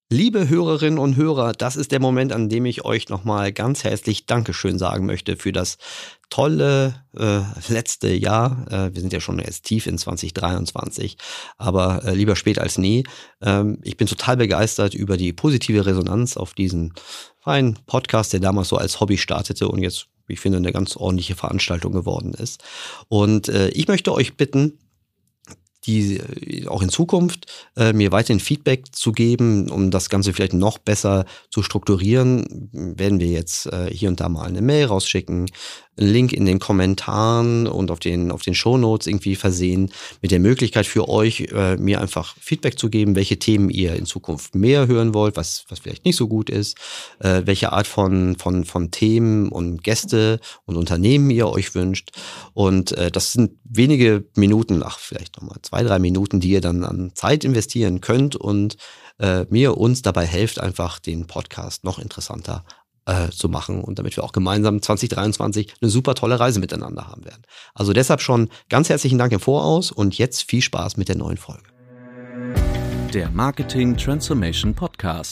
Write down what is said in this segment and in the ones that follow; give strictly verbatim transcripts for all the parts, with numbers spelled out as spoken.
Liebe Hörerinnen und Hörer, das ist der Moment, an dem ich euch nochmal ganz herzlich Dankeschön sagen möchte für das tolle äh, letzte Jahr. Äh, wir sind ja schon jetzt tief in zwanzig dreiundzwanzig, aber äh, lieber spät als nie. Ähm, ich bin total begeistert über die positive Resonanz auf diesen feinen Podcast, der damals so als Hobby startete und jetzt, wie ich finde, eine ganz ordentliche Veranstaltung geworden ist. Und äh, ich möchte euch bitten, die auch in Zukunft äh, mir weiterhin Feedback zu geben, um das Ganze vielleicht noch besser zu strukturieren, werden wir jetzt äh, hier und da mal eine Mail rausschicken, einen Link in den Kommentaren und auf den auf den Shownotes irgendwie versehen mit der Möglichkeit für euch, äh, mir einfach Feedback zu geben, welche Themen ihr in Zukunft mehr hören wollt, was was vielleicht nicht so gut ist, äh, welche Art von von von Themen und Gäste und Unternehmen ihr euch wünscht. Und äh, das sind wenige Minuten, ach vielleicht nochmal zwei, drei Minuten, die ihr dann an Zeit investieren könnt und äh, mir uns dabei helft, einfach den Podcast noch interessanter äh, zu machen und damit wir auch gemeinsam zwanzig dreiundzwanzig eine super tolle Reise miteinander haben werden. Also deshalb schon ganz herzlichen Dank im Voraus und jetzt viel Spaß mit der neuen Folge. Der Marketing Transformation Podcast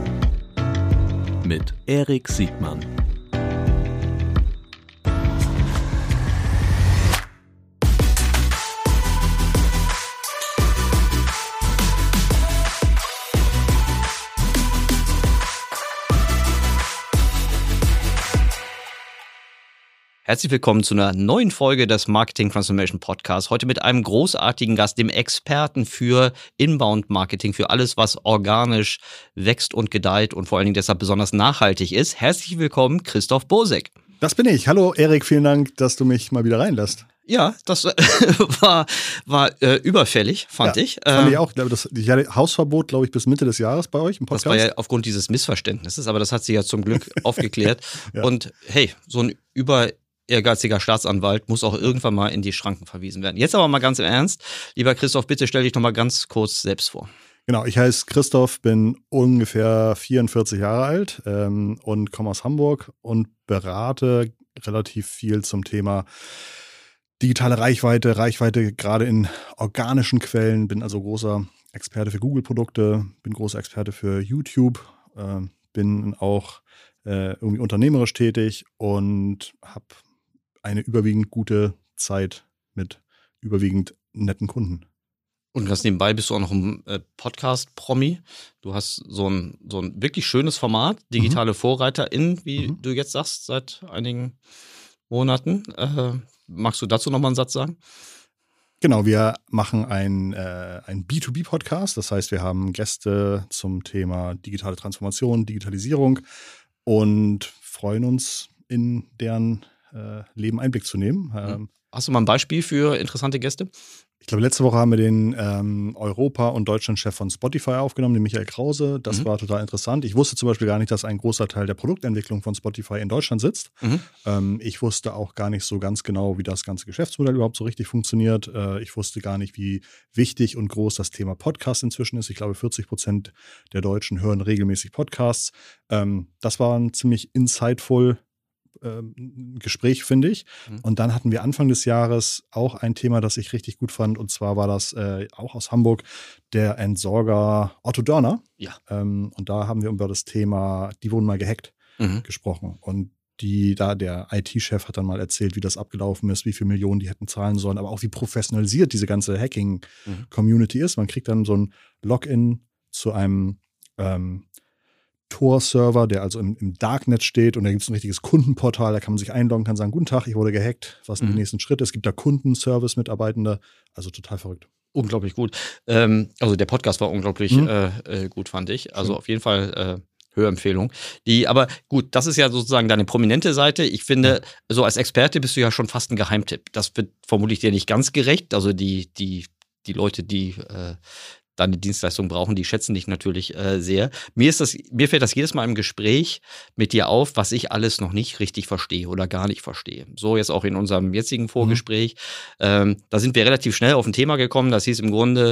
mit Erik Siegmann. Herzlich willkommen zu einer neuen Folge des Marketing Transformation Podcasts. Heute mit einem großartigen Gast, dem Experten für Inbound Marketing, für alles, was organisch wächst und gedeiht und vor allen Dingen deshalb besonders nachhaltig ist. Herzlich willkommen, Christoph Bosek. Das bin ich. Hallo Erik, vielen Dank, dass du mich mal wieder reinlässt. Ja, das war, war äh, überfällig, fand ja, ich. Fand ähm, ich auch. Das ich hatte Hausverbot, glaube ich, bis Mitte des Jahres bei euch im Podcast. Das war ja aufgrund dieses Missverständnisses, aber das hat sich ja zum Glück aufgeklärt. Ja. Und hey, so ein über ehrgeiziger Staatsanwalt muss auch irgendwann mal in die Schranken verwiesen werden. Jetzt aber mal ganz im Ernst. Lieber Christoph, bitte stell dich noch mal ganz kurz selbst vor. Genau, ich heiße Christoph, bin ungefähr vierundvierzig Jahre alt ähm, und komme aus Hamburg und berate relativ viel zum Thema digitale Reichweite, Reichweite gerade in organischen Quellen, bin also großer Experte für Google-Produkte, bin großer Experte für YouTube, äh, bin auch äh, irgendwie unternehmerisch tätig und habe eine überwiegend gute Zeit mit überwiegend netten Kunden. Und ganz nebenbei bist du auch noch ein äh, Podcast-Promi. Du hast so ein, so ein wirklich schönes Format, digitale mhm. VorreiterInnen, wie mhm. du jetzt sagst, seit einigen Monaten. Äh, magst du dazu noch mal einen Satz sagen? Genau, wir machen ein, äh, ein B zwei B-Podcast. Das heißt, wir haben Gäste zum Thema digitale Transformation, Digitalisierung und freuen uns, in deren äh, Leben Einblick zu nehmen. Ähm, Hast du mal ein Beispiel für interessante Gäste? Ich glaube, letzte Woche haben wir den ähm, Europa- und Deutschlandchef von Spotify aufgenommen, den Michael Krause. Das mhm. war total interessant. Ich wusste zum Beispiel gar nicht, dass ein großer Teil der Produktentwicklung von Spotify in Deutschland sitzt. Mhm. Ähm, ich wusste auch gar nicht so ganz genau, wie das ganze Geschäftsmodell überhaupt so richtig funktioniert. Äh, ich wusste gar nicht, wie wichtig und groß das Thema Podcast inzwischen ist. Ich glaube, vierzig Prozent der Deutschen hören regelmäßig Podcasts. Ähm, das war ein ziemlich insightful Gespräch, finde ich. Mhm. Und dann hatten wir Anfang des Jahres auch ein Thema, das ich richtig gut fand. Und zwar war das äh, auch aus Hamburg, der Entsorger Otto Dörner. Ja. Ähm, und da haben wir über das Thema, die wurden mal gehackt, mhm. gesprochen. Und die, da der I T-Chef hat dann mal erzählt, wie das abgelaufen ist, wie viele Millionen die hätten zahlen sollen, aber auch wie professionalisiert diese ganze Hacking-Community mhm. ist. Man kriegt dann so ein Login zu einem ähm, Tor-Server, der also im, im Darknet steht, und da gibt es ein richtiges Kundenportal, da kann man sich einloggen, kann sagen, guten Tag, ich wurde gehackt, was sind mhm. die nächsten Schritte? Es gibt da Kundenservice-Mitarbeitende, also total verrückt. Unglaublich gut. Ähm, also der Podcast war unglaublich mhm. äh, gut, fand ich. Also auf jeden Fall äh, Hörempfehlung. Die, aber gut, das ist ja sozusagen deine prominente Seite. Ich finde, ja. so als Experte bist du ja schon fast ein Geheimtipp. Das wird vermutlich dir nicht ganz gerecht. Also die, die, die Leute, die äh, deine Dienstleistung brauchen, die schätzen dich natürlich äh, sehr. Mir ist das, mir fällt das jedes Mal im Gespräch mit dir auf, was ich alles noch nicht richtig verstehe oder gar nicht verstehe. So jetzt auch in unserem jetzigen Vorgespräch. Mhm. Ähm, da sind wir relativ schnell auf ein Thema gekommen. Das hieß im Grunde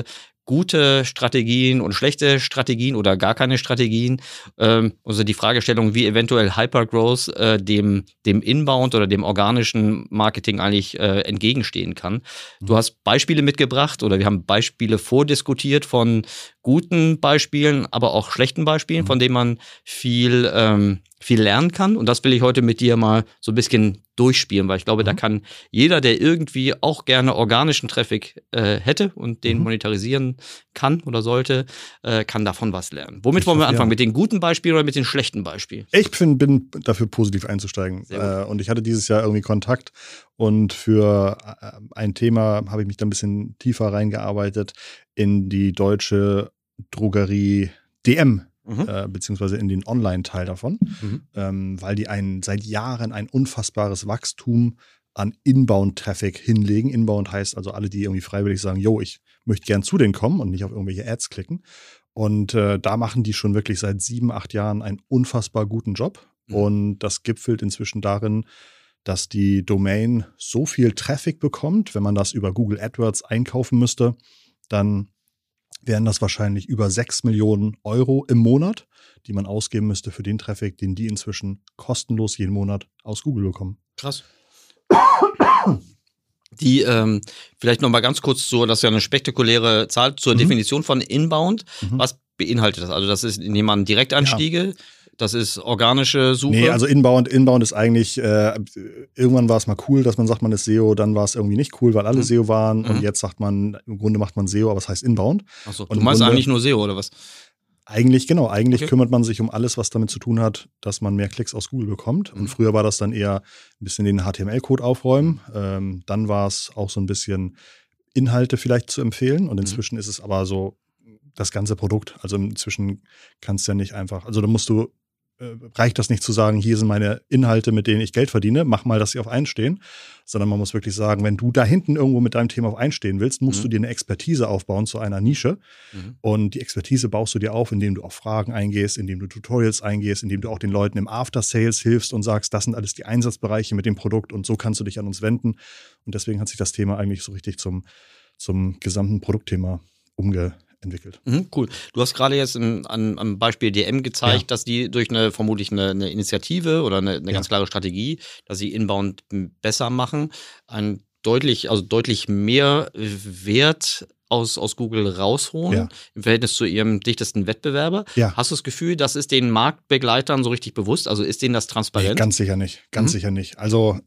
gute Strategien und schlechte Strategien oder gar keine Strategien. Ähm, also die Fragestellung, wie eventuell Hypergrowth äh, dem, dem Inbound oder dem organischen Marketing eigentlich äh, entgegenstehen kann. Du hast Beispiele mitgebracht oder wir haben Beispiele vordiskutiert von guten Beispielen, aber auch schlechten Beispielen, mhm. von denen man viel, ähm, viel lernen kann. Und das will ich heute mit dir mal so ein bisschen durchspielen, weil ich glaube, mhm. da kann jeder, der irgendwie auch gerne organischen Traffic äh, hätte und den mhm. monetarisieren kann oder sollte, äh, kann davon was lernen. Womit ich wollen wir anfangen? Ja. Mit den guten Beispielen oder mit den schlechten Beispielen? Ich bin, bin dafür positiv einzusteigen. Äh, und ich hatte dieses Jahr irgendwie Kontakt und für äh, ein Thema habe ich mich da ein bisschen tiefer reingearbeitet in die deutsche Drogerie D M. Mhm. Äh, beziehungsweise in den Online-Teil davon, mhm. ähm, weil die ein, seit Jahren ein unfassbares Wachstum an Inbound-Traffic hinlegen. Inbound heißt also alle, die irgendwie freiwillig sagen, yo, ich möchte gern zu denen kommen und nicht auf irgendwelche Ads klicken. Und äh, da machen die schon wirklich seit sieben, acht Jahren einen unfassbar guten Job. Mhm. Und das gipfelt inzwischen darin, dass die Domain so viel Traffic bekommt, wenn man das über Google AdWords einkaufen müsste, dann wären das wahrscheinlich über sechs Millionen Euro im Monat, die man ausgeben müsste für den Traffic, den die inzwischen kostenlos jeden Monat aus Google bekommen. Krass. Die, ähm, vielleicht noch mal ganz kurz so, das ist ja eine spektakuläre Zahl zur mhm. Definition von Inbound. Mhm. Was beinhaltet das? Also das ist, indem man Direktanstiege, ja. Das ist organische Suche? Nee, also Inbound, Inbound ist eigentlich, äh, irgendwann war es mal cool, dass man sagt, man ist S E O, dann war es irgendwie nicht cool, weil alle mhm. S E O waren mhm. und jetzt sagt man, im Grunde macht man S E O, aber es heißt Inbound. Achso, du meinst Grunde, eigentlich nur S E O oder was? Eigentlich, genau, eigentlich okay. kümmert man sich um alles, was damit zu tun hat, dass man mehr Klicks aus Google bekommt. Mhm. Und früher war das dann eher ein bisschen den H T M L-Code aufräumen. Ähm, dann war es auch so ein bisschen Inhalte vielleicht zu empfehlen und inzwischen mhm. ist es aber so das ganze Produkt. Also inzwischen kannst du ja nicht einfach, also da musst du reicht das nicht zu sagen, hier sind meine Inhalte, mit denen ich Geld verdiene, mach mal, dass sie auf eins stehen, sondern man muss wirklich sagen, wenn du da hinten irgendwo mit deinem Thema auf eins stehen willst, musst mhm. du dir eine Expertise aufbauen zu einer Nische mhm. und die Expertise baust du dir auf, indem du auf Fragen eingehst, indem du Tutorials eingehst, indem du auch den Leuten im After-Sales hilfst und sagst, das sind alles die Einsatzbereiche mit dem Produkt und so kannst du dich an uns wenden und deswegen hat sich das Thema eigentlich so richtig zum, zum gesamten Produktthema umgesetzt. Entwickelt. Mhm, cool. Du hast gerade jetzt im, an, am Beispiel D M gezeigt, ja. dass die durch eine vermutlich eine, eine Initiative oder eine, eine ja. ganz klare Strategie, dass sie Inbound besser machen, ein deutlich, also deutlich mehr Wert aus, aus Google rausholen ja. im Verhältnis zu ihrem dichtesten Wettbewerber. Ja. Hast du das Gefühl, das ist den Marktbegleitern so richtig bewusst? Also ist denen das transparent? Nee, ganz sicher nicht. Ganz mhm. sicher nicht. Also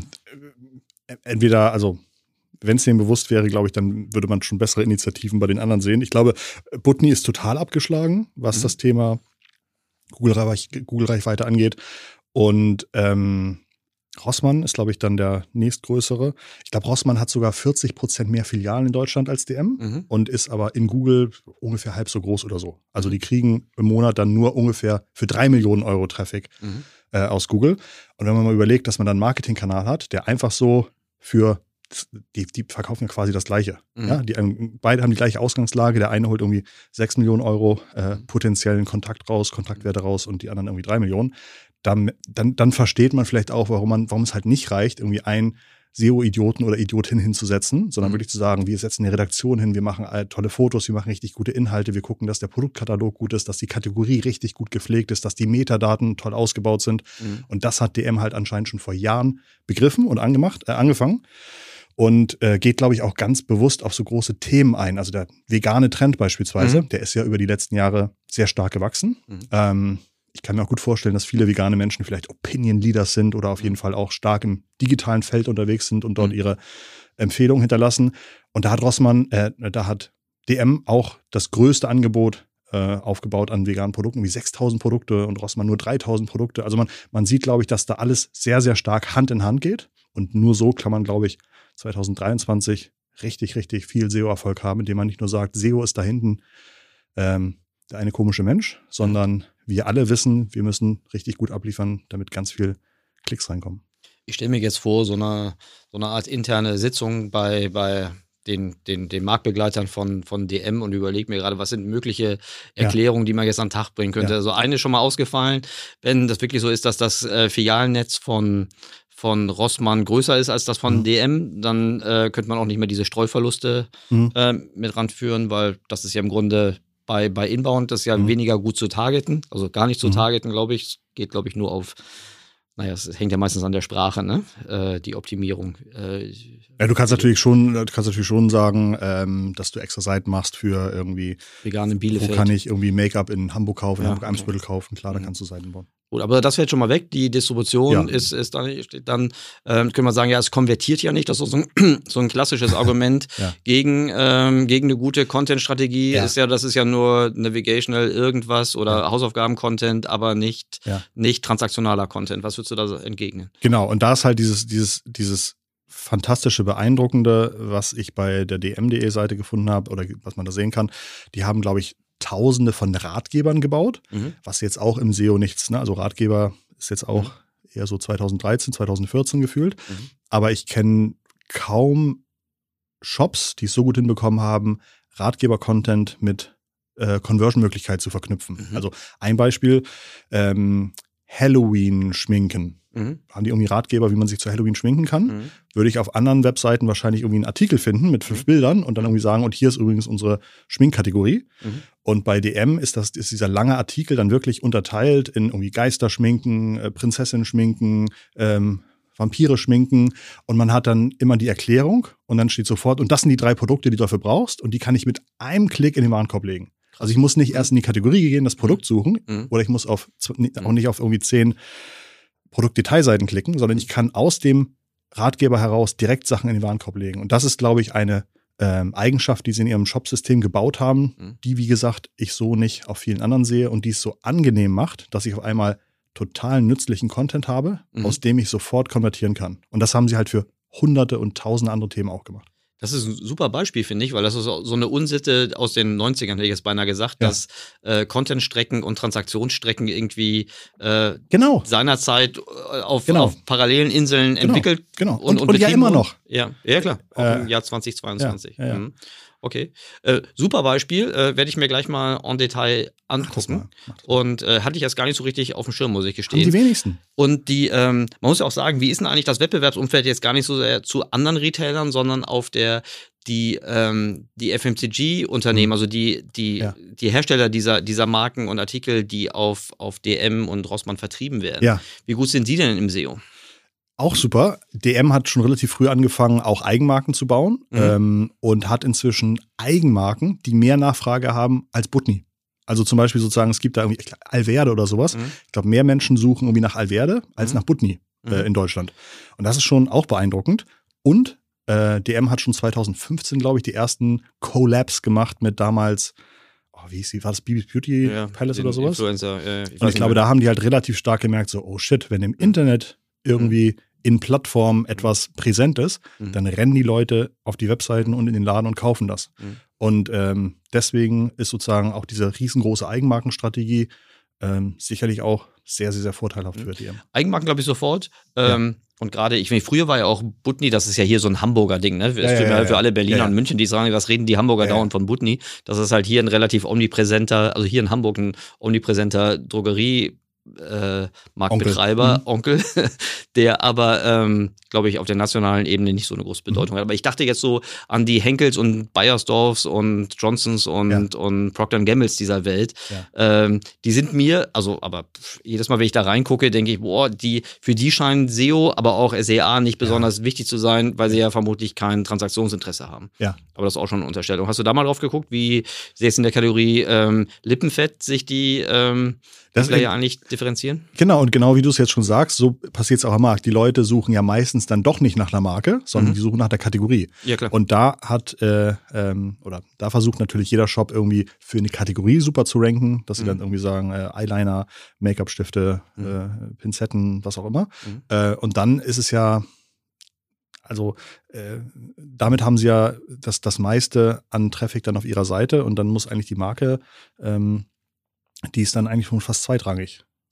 entweder, also wenn es denen bewusst wäre, glaube ich, dann würde man schon bessere Initiativen bei den anderen sehen. Ich glaube, Butni ist total abgeschlagen, was mhm. das Thema Google-Reichweite Google angeht. Und ähm, Rossmann ist, glaube ich, dann der nächstgrößere. Ich glaube, Rossmann hat sogar vierzig Prozent mehr Filialen in Deutschland als D M mhm. und ist aber in Google ungefähr halb so groß oder so. Also die kriegen im Monat dann nur ungefähr für drei Millionen Euro Traffic mhm. äh, aus Google. Und wenn man mal überlegt, dass man dann einen Marketingkanal hat, der einfach so für Die, die verkaufen ja quasi das Gleiche. Mhm. Ja, die, beide haben die gleiche Ausgangslage. Der eine holt irgendwie sechs Millionen Euro äh, potenziellen Kontakt raus, Kontaktwerte raus und die anderen irgendwie drei Millionen. Dann, dann, dann versteht man vielleicht auch, warum, man, warum es halt nicht reicht, irgendwie einen S E O-Idioten oder Idiotin hinzusetzen, sondern mhm. wirklich zu sagen, wir setzen eine Redaktion hin, wir machen tolle Fotos, wir machen richtig gute Inhalte, wir gucken, dass der Produktkatalog gut ist, dass die Kategorie richtig gut gepflegt ist, dass die Metadaten toll ausgebaut sind. Mhm. Und das hat D M halt anscheinend schon vor Jahren begriffen und angemacht, äh, angefangen. Und äh, geht, glaube ich, auch ganz bewusst auf so große Themen ein. Also der vegane Trend beispielsweise, mhm. der ist ja über die letzten Jahre sehr stark gewachsen. Mhm. Ähm, ich kann mir auch gut vorstellen, dass viele vegane Menschen vielleicht Opinion Leaders sind oder auf jeden Fall auch stark im digitalen Feld unterwegs sind und dort mhm. ihre Empfehlungen hinterlassen. Und da hat Rossmann, äh, da hat D M auch das größte Angebot äh, aufgebaut an veganen Produkten, wie sechstausend Produkte und Rossmann nur dreitausend Produkte. Also man, man sieht, glaube ich, dass da alles sehr, sehr stark Hand in Hand geht. Und nur so kann man, glaube ich, zwanzig dreiundzwanzig richtig, richtig viel S E O-Erfolg haben, indem man nicht nur sagt, S E O ist da hinten ähm, der eine komische Mensch, sondern wir alle wissen, wir müssen richtig gut abliefern, damit ganz viel Klicks reinkommen. Ich stelle mir jetzt vor, so eine, so eine Art interne Sitzung bei, bei den, den, den Marktbegleitern von, von D M und überlege mir gerade, was sind mögliche Erklärungen, ja. die man jetzt an den Tag bringen könnte. Ja. Also eine ist schon mal ausgefallen, wenn das wirklich so ist, dass das äh, Filialnetz von von Rossmann größer ist als das von mhm. D M, dann äh, könnte man auch nicht mehr diese Streuverluste mhm. äh, mit ranführen, weil das ist ja im Grunde bei, bei Inbound, das ist ja mhm. weniger gut zu targeten, also gar nicht zu mhm. targeten, glaube ich. Es geht, glaube ich, nur auf, naja, es hängt ja meistens an der Sprache, ne? Äh, die Optimierung. Äh, ja, du kannst natürlich schon, du kannst natürlich schon sagen, ähm, dass du extra Seiten machst für irgendwie vegan in Bielefeld. Wo kann ich irgendwie Make-up in Hamburg kaufen, in ja, Hamburg-Eimsbüttel okay. kaufen, klar, da mhm. kannst du Seiten bauen. Gut, aber das fällt schon mal weg. Die Distribution ja. ist, ist dann, steht dann ähm, können wir sagen, ja, es konvertiert ja nicht. Das ist so ein, so ein klassisches Argument ja. gegen, ähm, gegen eine gute Content-Strategie. Ja. Ist ja, das ist ja nur Navigational irgendwas oder ja. Hausaufgaben-Content, aber nicht, ja. nicht transaktionaler Content. Was würdest du da entgegnen? Genau, und da ist halt dieses, dieses, dieses fantastische, beeindruckende, was ich bei der D M punkt de-Seite gefunden habe oder was man da sehen kann. Die haben, glaube ich, Tausende von Ratgebern gebaut, mhm. was jetzt auch im S E O nichts, ne? Also Ratgeber ist jetzt auch mhm. eher so zweitausenddreizehn, zweitausendvierzehn gefühlt. Mhm. Aber ich kenne kaum Shops, die es so gut hinbekommen haben, Ratgeber-Content mit äh, Conversion-Möglichkeit zu verknüpfen. Mhm. Also ein Beispiel, ähm, Halloween-Schminken. Mhm. Haben die irgendwie Ratgeber, wie man sich zu Halloween schminken kann? Mhm. Würde ich auf anderen Webseiten wahrscheinlich irgendwie einen Artikel finden mit fünf mhm. Bildern und dann irgendwie sagen, und hier ist übrigens unsere Schminkkategorie. Mhm. Und bei D M ist das ist dieser lange Artikel dann wirklich unterteilt in irgendwie Geisterschminken, äh, Prinzessin-Schminken, ähm, Vampire schminken und man hat dann immer die Erklärung und dann steht sofort, und das sind die drei Produkte, die du dafür brauchst und die kann ich mit einem Klick in den Warenkorb legen. Also ich muss nicht erst in die Kategorie gehen, das Produkt suchen mhm. oder ich muss auf auch nicht auf irgendwie zehn Produktdetailseiten klicken, sondern ich kann aus dem Ratgeber heraus direkt Sachen in den Warenkorb legen. Und das ist, glaube ich, eine ähm, Eigenschaft, die sie in ihrem Shop-System gebaut haben, mhm. die, wie gesagt, ich so nicht auf vielen anderen sehe und die es so angenehm macht, dass ich auf einmal total nützlichen Content habe, mhm. aus dem ich sofort konvertieren kann. Und das haben sie halt für hunderte und tausende andere Themen auch gemacht. Das ist ein super Beispiel, finde ich, weil das ist so eine Unsitte aus den neunzigern, hätte ich jetzt beinahe gesagt, ja. dass äh, Content-Strecken und Transaktionsstrecken irgendwie äh, genau. seinerzeit auf, genau. auf parallelen Inseln genau. entwickelt genau. und, und, und, und ja immer noch. Ja, ja klar, auch äh, im Jahr zweitausendzweiundzwanzig. Ja, ja, ja. Mhm. Okay, äh, super Beispiel, äh, werde ich mir gleich mal en Detail angucken. Mach das mal, mach das mal. Und äh, hatte ich erst gar nicht so richtig auf dem Schirm, muss ich gestehen. Haben die wenigsten. Und die, ähm, man muss ja auch sagen, wie ist denn eigentlich das Wettbewerbsumfeld jetzt gar nicht so sehr zu anderen Retailern, sondern auf der die ähm, die F M C G-Unternehmen, also die die ja. die Hersteller dieser dieser Marken und Artikel, die auf auf D M und Rossmann vertrieben werden. Ja. Wie gut sind die denn im S E O? Auch super. D M hat schon relativ früh angefangen, auch Eigenmarken zu bauen mhm. ähm, und hat inzwischen Eigenmarken, die mehr Nachfrage haben als Butni. Also zum Beispiel sozusagen, es gibt da irgendwie Alverde oder sowas. Mhm. Ich glaube, mehr Menschen suchen irgendwie nach Alverde als mhm. nach Butni äh, mhm. in Deutschland. Und das ist schon auch beeindruckend. Und äh, D M hat schon zweitausendfünfzehn, glaube ich, die ersten Collabs gemacht mit damals, oh, wie hieß die, war das Bibis Beauty ja, Palace oder sowas? Influencer, äh, ich und ich glaube, da haben die halt relativ stark gemerkt, so, oh shit, wenn im Internet irgendwie in Plattformen etwas präsent ist, mhm. dann rennen die Leute auf die Webseiten und in den Laden und kaufen das. Mhm. Und ähm, deswegen ist sozusagen auch diese riesengroße Eigenmarkenstrategie ähm, sicherlich auch sehr, sehr, sehr vorteilhaft mhm. für D M. Eigenmarken glaube ich sofort. Ähm, ja. Und gerade, ich meine, früher war ja auch Butni, das ist ja hier so ein Hamburger Ding, ne? Für, ja, ja, ja, für alle Berliner ja, ja. und München, die sagen, was reden die Hamburger ja, dauernd von Butni? Das ist halt hier ein relativ omnipräsenter, also hier in Hamburg ein omnipräsenter Drogerie- Äh, Marktbetreiber, Onkel, mhm. Onkel der aber, ähm, glaube ich, auf der nationalen Ebene nicht so eine große Bedeutung mhm. hat. Aber ich dachte jetzt so an die Henkels und Bayersdorfs und Johnsons und, ja. und Procter and Gambles dieser Welt. Ja. Ähm, die sind mir, also, aber pff, jedes Mal, wenn ich da reingucke, denke ich, boah, die, für die scheinen S E O, aber auch S E A nicht besonders ja. wichtig zu sein, weil sie ja vermutlich kein Transaktionsinteresse haben. Ja. Aber das ist auch schon eine Unterstellung. Hast du da mal drauf geguckt, wie sie jetzt in der Kategorie ähm, Lippenfett sich die ähm, das Player ja eigentlich differenzieren? Genau, und genau wie du es jetzt schon sagst, so passiert es auch am Markt. Die Leute suchen ja meistens dann doch nicht nach einer Marke, sondern mhm. die suchen nach der Kategorie. Ja, klar. Und da hat, äh, ähm, oder da versucht natürlich jeder Shop irgendwie für eine Kategorie super zu ranken, dass sie mhm. dann irgendwie sagen, äh, Eyeliner, Make-up-Stifte, mhm. äh, Pinzetten, was auch immer. Mhm. Äh, und dann ist es ja, also äh, damit haben sie ja das, das meiste an Traffic dann auf ihrer Seite und dann muss eigentlich die Marke, ähm, die ist dann eigentlich schon fast zweitrangig.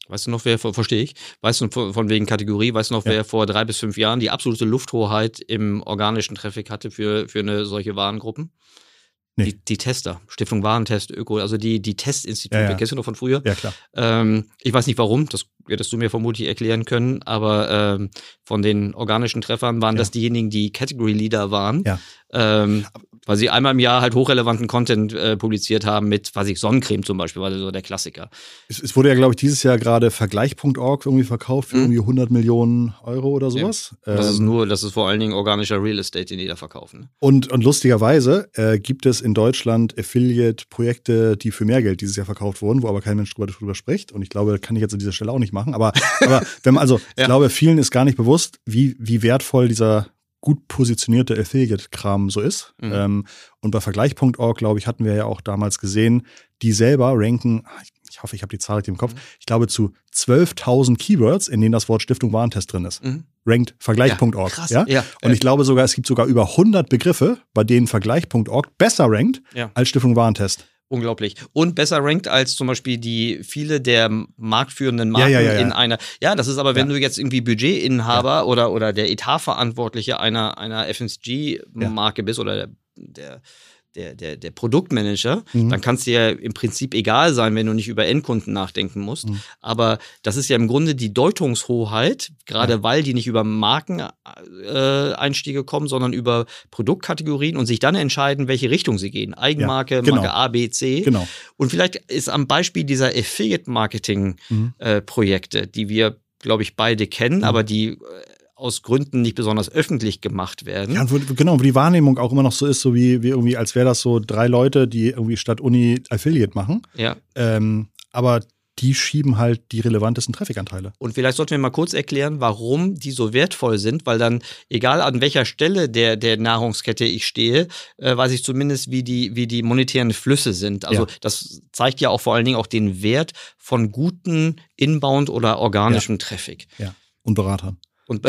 Weißt du noch, wer, verstehe ich, weißt du von, von wegen Kategorie, weißt du noch, ja. wer vor drei bis fünf Jahren die absolute Lufthoheit im organischen Traffic hatte für, für eine solche Warengruppen? Nee. Die, die Tester, Stiftung Warentest, Öko, also die, die Testinstitute, ja, ja. kennst du noch von früher? Ja, klar. Ähm, ich weiß nicht warum, das hättest du mir vermutlich erklären können, aber ähm, von den organischen Treffern waren ja. das diejenigen, die Category Leader waren, ja. ähm, weil sie einmal im Jahr halt hochrelevanten Content äh, publiziert haben mit, weiß ich, Sonnencreme zum Beispiel, war so der Klassiker. Es, es wurde ja, glaube ich, dieses Jahr gerade Vergleich Punkt org irgendwie verkauft für mhm. irgendwie hundert Millionen Euro oder sowas. Ja. Das ähm, ist nur, das ist vor allen Dingen organischer Real Estate, den die da verkaufen. Und, und lustigerweise äh, gibt es in Deutschland Affiliate-Projekte, die für mehr Geld dieses Jahr verkauft wurden, wo aber kein Mensch drüber, drüber spricht. Und ich glaube, das kann ich jetzt an dieser Stelle auch nicht machen. Aber, aber wenn man, also, ja. ich glaube, vielen ist gar nicht bewusst, wie, wie wertvoll dieser gut positionierte Affiliate-Kram so ist. Mhm. Ähm, und bei Vergleich Punkt org, glaube ich, hatten wir ja auch damals gesehen, die selber ranken, ich hoffe, ich habe die Zahl richtig im Kopf, mhm. ich glaube zu zwölftausend Keywords, in denen das Wort Stiftung Warentest drin ist. Mhm. Rankt Vergleich Punkt org. Ja, ja? ja, und ich glaube sogar, es gibt sogar über hundert Begriffe, bei denen Vergleich Punkt org besser rankt ja. als Stiftung Warentest. Unglaublich. Und besser rankt als zum Beispiel die viele der marktführenden Marken ja, ja, ja, ja. in einer. Ja, das ist aber, wenn ja. du jetzt irgendwie Budgetinhaber ja. oder, oder der Etatverantwortliche einer, einer F M C G-Marke ja. bist oder der, der Der, der, der Produktmanager, mhm. dann kann es dir ja im Prinzip egal sein, wenn du nicht über Endkunden nachdenken musst. Mhm. Aber das ist ja im Grunde die Deutungshoheit, gerade ja. weil die nicht über Markeneinstiege äh, kommen, sondern über Produktkategorien und sich dann entscheiden, welche Richtung sie gehen. Eigenmarke, ja, genau. Marke A, B, C. Genau. Und vielleicht ist am Beispiel dieser Affiliate-Marketing-Projekte, mhm. äh, die wir, glaube ich, beide kennen, mhm. aber die äh, aus Gründen nicht besonders öffentlich gemacht werden. Ja, und wo, genau, wo die Wahrnehmung auch immer noch so ist, so wie, wie irgendwie, als wäre das so drei Leute, die irgendwie statt Uni Affiliate machen. Ja. Ähm, aber die schieben halt die relevantesten Traffic-Anteile. Und vielleicht sollten wir mal kurz erklären, warum die so wertvoll sind, weil dann, egal an welcher Stelle der, der Nahrungskette ich stehe, äh, weiß ich zumindest, wie die, wie die monetären Flüsse sind. Also ja. das zeigt ja auch vor allen Dingen auch den Wert von guten Inbound- oder organischem ja. Traffic. Ja, und Beratern. Und,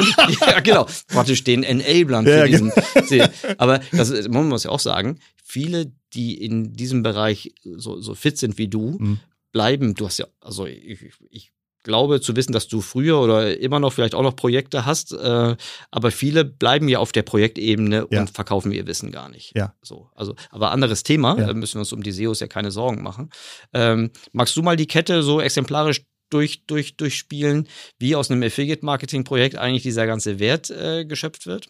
ja, genau, praktisch den Enablern für ja, diesen. Genau. Aber das, man muss ja auch sagen, viele, die in diesem Bereich so, so fit sind wie du, mhm. bleiben, du hast ja, also ich, ich glaube zu wissen, dass du früher oder immer noch vielleicht auch noch Projekte hast, äh, aber viele bleiben ja auf der Projektebene ja. und verkaufen ihr Wissen gar nicht. Ja. So, also, aber anderes Thema, ja. da müssen wir uns um die S E Os ja keine Sorgen machen. Ähm, magst du mal die Kette so exemplarisch Durch, durch, durchspielen, wie aus einem Affiliate-Marketing-Projekt eigentlich dieser ganze Wert äh, geschöpft wird?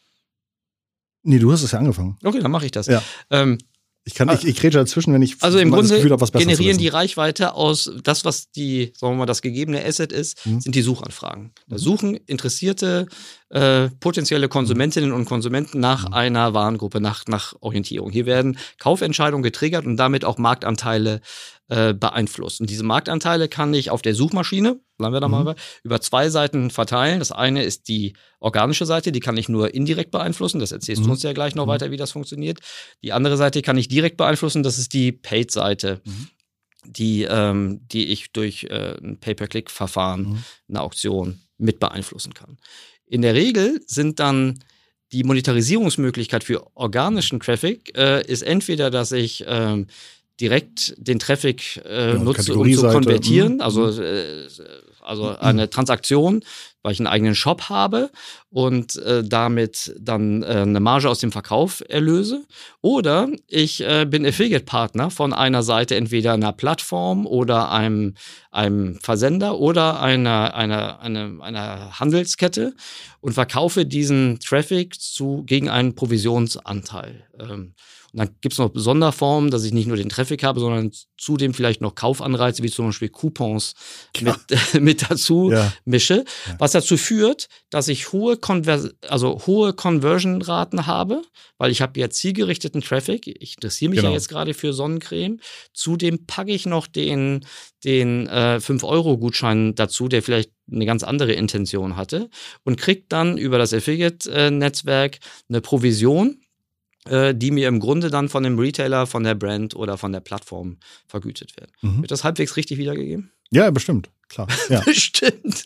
Nee, du hast es ja angefangen. Okay, dann mache ich das. Ja. Ähm, ich kann, ich, ich rede dazwischen, wenn ich also im Grunde das Gefühl habe, was besser generieren die Reichweite aus das, was die, sagen wir mal, das gegebene Asset ist, mhm. sind die Suchanfragen. Da suchen interessierte äh, potenzielle Konsumentinnen und Konsumenten nach mhm. einer Warengruppe, nach, nach Orientierung. Hier werden Kaufentscheidungen getriggert und damit auch Marktanteile äh, beeinflusst. Und diese Marktanteile kann ich auf der Suchmaschine, bleiben wir da mhm. mal, über zwei Seiten verteilen. Das eine ist die organische Seite, die kann ich nur indirekt beeinflussen. Das erzählst mhm. du uns ja gleich noch mhm. weiter, wie das funktioniert. Die andere Seite kann ich direkt beeinflussen, das ist die Paid-Seite. Mhm. Die, ähm, die ich durch äh, ein Pay-per-Click-Verfahren, mhm. eine Auktion mit beeinflussen kann. In der Regel sind dann die Monetarisierungsmöglichkeit für organischen Traffic äh, ist entweder, dass ich ähm, direkt den Traffic äh, ja, nutze, um zu konvertieren, mhm. also, äh, also eine Transaktion, weil ich einen eigenen Shop habe und äh, damit dann äh, eine Marge aus dem Verkauf erlöse. Oder ich äh, bin Affiliate-Partner von einer Seite, entweder einer Plattform oder einem, einem Versender oder einer, einer, einer, einer Handelskette und verkaufe diesen Traffic zu, gegen einen Provisionsanteil. Ähm, Und dann gibt es noch Sonderformen, dass ich nicht nur den Traffic habe, sondern zudem vielleicht noch Kaufanreize, wie zum Beispiel Coupons mit, äh, mit dazu ja. mische. Ja. Was dazu führt, dass ich hohe, Conver- also hohe Conversion-Raten habe, weil ich habe ja zielgerichteten Traffic. Ich interessiere mich genau. ja jetzt gerade für Sonnencreme. Zudem packe ich noch den, den äh, fünf Euro Gutschein dazu, der vielleicht eine ganz andere Intention hatte und kriege dann über das Affiliate-Netzwerk eine Provision, die mir im Grunde dann von dem Retailer, von der Brand oder von der Plattform vergütet werden. Mhm. Wird das halbwegs richtig wiedergegeben? Ja, bestimmt, klar. Ja. Bestimmt.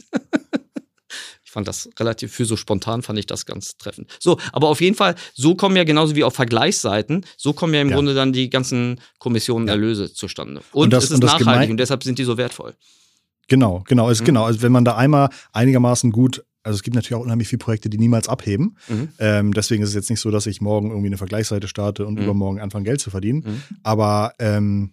Ich fand das relativ, für so spontan fand ich das ganz treffend. So, aber auf jeden Fall, so kommen ja genauso wie auf Vergleichsseiten, so kommen ja im ja. Grunde dann die ganzen Kommissionen, ja. Erlöse zustande. Und, und das, es ist und nachhaltig gemein- und deshalb sind die so wertvoll. Genau, genau. Also, Mhm. genau. Also wenn man da einmal einigermaßen gut, also es gibt natürlich auch unheimlich viele Projekte, die niemals abheben. Mhm. Ähm, deswegen ist es jetzt nicht so, dass ich morgen irgendwie eine Vergleichsseite starte und Mhm. übermorgen anfange, Geld zu verdienen. Mhm. Aber ähm,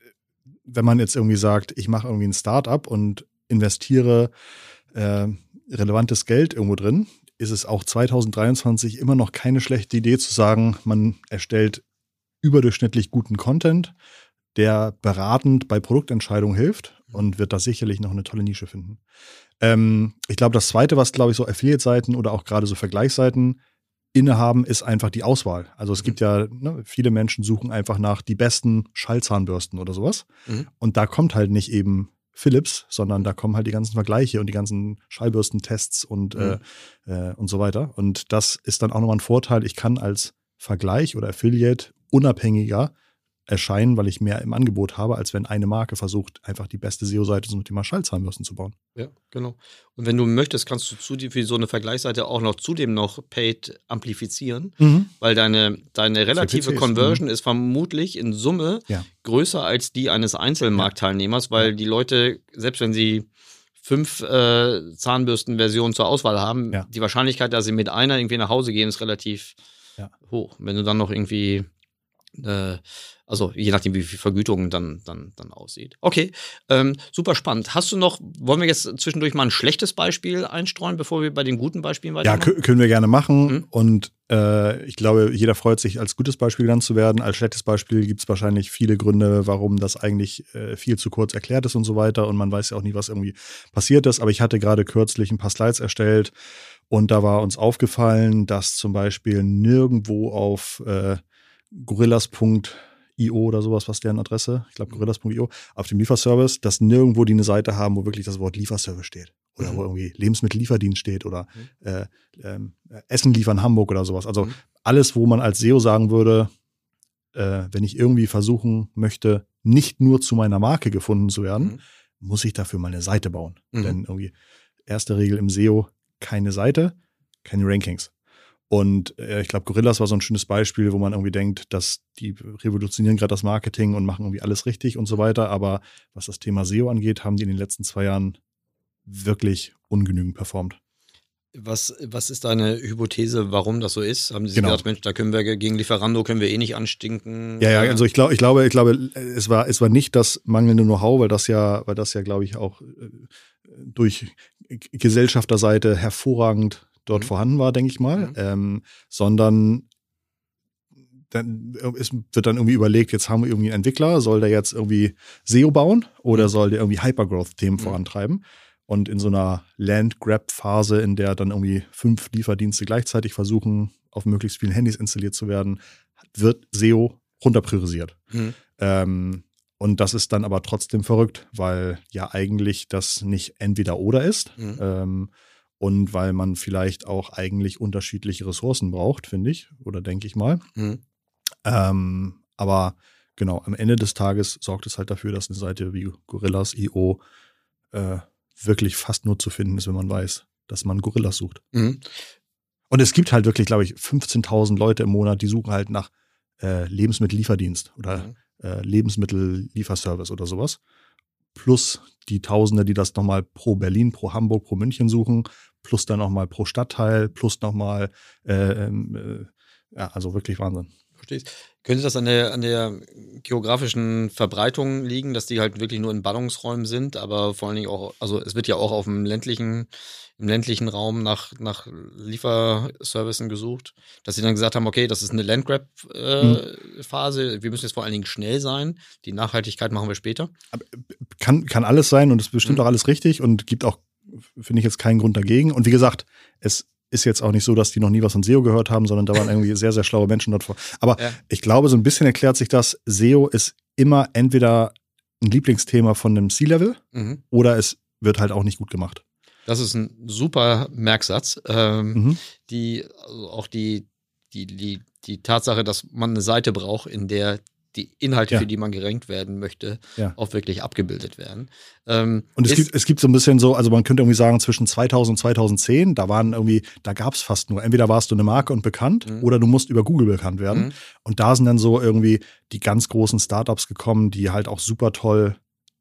wenn man jetzt irgendwie sagt, ich mache irgendwie ein Startup und investiere äh, relevantes Geld irgendwo drin, ist es auch zwanzig dreiundzwanzig immer noch keine schlechte Idee zu sagen, man erstellt überdurchschnittlich guten Content, der beratend bei Produktentscheidungen hilft und wird da sicherlich noch eine tolle Nische finden. Ähm, ich glaube, das Zweite, was, glaube ich, so Affiliate-Seiten oder auch gerade so Vergleichsseiten innehaben, ist einfach die Auswahl. Also es Mhm. gibt ja, ne, viele Menschen suchen einfach nach die besten Schallzahnbürsten oder sowas. Mhm. Und da kommt halt nicht eben Philips, sondern da kommen halt die ganzen Vergleiche und die ganzen Schallbürstentests und, Mhm. äh, äh, und so weiter. Und das ist dann auch nochmal ein Vorteil. Ich kann als Vergleich oder Affiliate unabhängiger erscheinen, weil ich mehr im Angebot habe, als wenn eine Marke versucht, einfach die beste S E O-Seite zum Thema Schallzahnbürsten zu bauen. Ja, genau. Und wenn du möchtest, kannst du zu, für so eine Vergleichsseite auch noch zudem noch Paid amplifizieren, Mhm. weil deine, deine relative P Cs, Conversion ist vermutlich in Summe Ja. größer als die eines Einzelmarktteilnehmers, weil Ja. die Leute, selbst wenn sie fünf äh, Zahnbürstenversionen zur Auswahl haben, Ja. die Wahrscheinlichkeit, dass sie mit einer irgendwie nach Hause gehen, ist relativ Ja. hoch. Wenn du dann noch irgendwie äh, also je nachdem, wie viel Vergütung dann, dann, dann aussieht. Okay, ähm, super spannend. Hast du noch, wollen wir jetzt zwischendurch mal ein schlechtes Beispiel einstreuen, bevor wir bei den guten Beispielen Ja, weitermachen? k- können wir gerne machen. Mhm. Und äh, ich glaube, jeder freut sich, als gutes Beispiel genannt zu werden. Als schlechtes Beispiel gibt es wahrscheinlich viele Gründe, warum das eigentlich äh, viel zu kurz erklärt ist und so weiter. Und man weiß ja auch nie, was irgendwie passiert ist. Aber ich hatte gerade kürzlich ein paar Slides erstellt und da war uns aufgefallen, dass zum Beispiel nirgendwo auf äh, gorillas Punkt i o oder sowas, was deren Adresse, ich glaube gorillas Punkt i o, auf dem Lieferservice, dass nirgendwo die eine Seite haben, wo wirklich das Wort Lieferservice steht. Oder Mhm. wo irgendwie Lebensmittellieferdienst steht oder Mhm. äh, ähm, Essen liefern Hamburg oder sowas. Also Mhm. alles, wo man als S E O sagen würde, äh, wenn ich irgendwie versuchen möchte, nicht nur zu meiner Marke gefunden zu werden, Mhm. muss ich dafür mal eine Seite bauen. Mhm. Denn irgendwie erste Regel im S E O, keine Seite, keine Rankings. Und äh, ich glaube, Gorillas war so ein schönes Beispiel, wo man irgendwie denkt, dass die revolutionieren gerade das Marketing und machen irgendwie alles richtig und so weiter. Aber was das Thema S E O angeht, haben die in den letzten zwei Jahren wirklich ungenügend performt. Was, was ist deine Hypothese, warum das so ist? Haben Sie Genau. gesagt, Mensch, da können wir gegen Lieferando können wir eh nicht anstinken? Ja, ja, also ich glaube, ich glaube, ich glaube, es war, es war nicht das mangelnde Know-how, weil das ja, weil das ja, glaube ich, auch äh, durch Gesellschafterseite hervorragend dort Mhm. vorhanden war, denke ich mal, Mhm. ähm, sondern dann es wird dann irgendwie überlegt, jetzt haben wir irgendwie einen Entwickler, soll der jetzt irgendwie S E O bauen oder Mhm. soll der irgendwie Hypergrowth-Themen Mhm. vorantreiben? Und in so einer Land-Grab-Phase, in der dann irgendwie fünf Lieferdienste gleichzeitig versuchen, auf möglichst vielen Handys installiert zu werden, wird S E O runterpriorisiert. Mhm. Ähm, und das ist dann aber trotzdem verrückt, weil ja eigentlich das nicht entweder oder ist. Mhm. Ähm, und weil man vielleicht auch eigentlich unterschiedliche Ressourcen braucht, finde ich, oder denke ich mal. Mhm. Ähm, aber genau, am Ende des Tages sorgt es halt dafür, dass eine Seite wie Gorillas Punkt i o äh, wirklich fast nur zu finden ist, wenn man weiß, dass man Gorillas sucht. Mhm. Und es gibt halt wirklich, glaube ich, fünfzehntausend Leute im Monat, die suchen halt nach äh, Lebensmittellieferdienst oder Mhm. äh, Lebensmittellieferservice oder sowas. Plus die Tausende, die das nochmal pro Berlin, pro Hamburg, pro München suchen, plus dann nochmal pro Stadtteil, plus nochmal, äh, äh, ja, also wirklich Wahnsinn. Verstehst. Könnte das an der, an der geografischen Verbreitung liegen, dass die halt wirklich nur in Ballungsräumen sind, aber vor allen Dingen auch, also es wird ja auch auf dem ländlichen, im ländlichen Raum nach, nach Lieferservicen gesucht, dass sie dann gesagt haben, okay, das ist eine Landgrab-Phase, äh, wir müssen jetzt vor allen Dingen schnell sein, die Nachhaltigkeit machen wir später. Kann, kann alles sein und ist bestimmt Mhm. auch alles richtig und gibt auch, finde ich, jetzt keinen Grund dagegen. Und wie gesagt, es ist jetzt auch nicht so, dass die noch nie was von S E O gehört haben, sondern da waren irgendwie sehr, sehr schlaue Menschen dort vor. Aber Ja. ich glaube, so ein bisschen erklärt sich das, S E O ist immer entweder ein Lieblingsthema von einem C-Level Mhm. oder es wird halt auch nicht gut gemacht. Das ist ein super Merksatz. Ähm, Mhm. die, also auch die, die, die, die Tatsache, dass man eine Seite braucht, in der die Inhalte, Ja. für die man gerankt werden möchte, Ja. auch wirklich abgebildet werden. Ähm, Und es ist- gibt, es gibt so ein bisschen so, also man könnte irgendwie sagen, zwischen zweitausend und zweitausendzehn, da waren irgendwie, da gab es fast nur, entweder warst du eine Marke und bekannt Mhm. oder du musst über Google bekannt werden. Mhm. Und da sind dann so irgendwie die ganz großen Startups gekommen, die halt auch super toll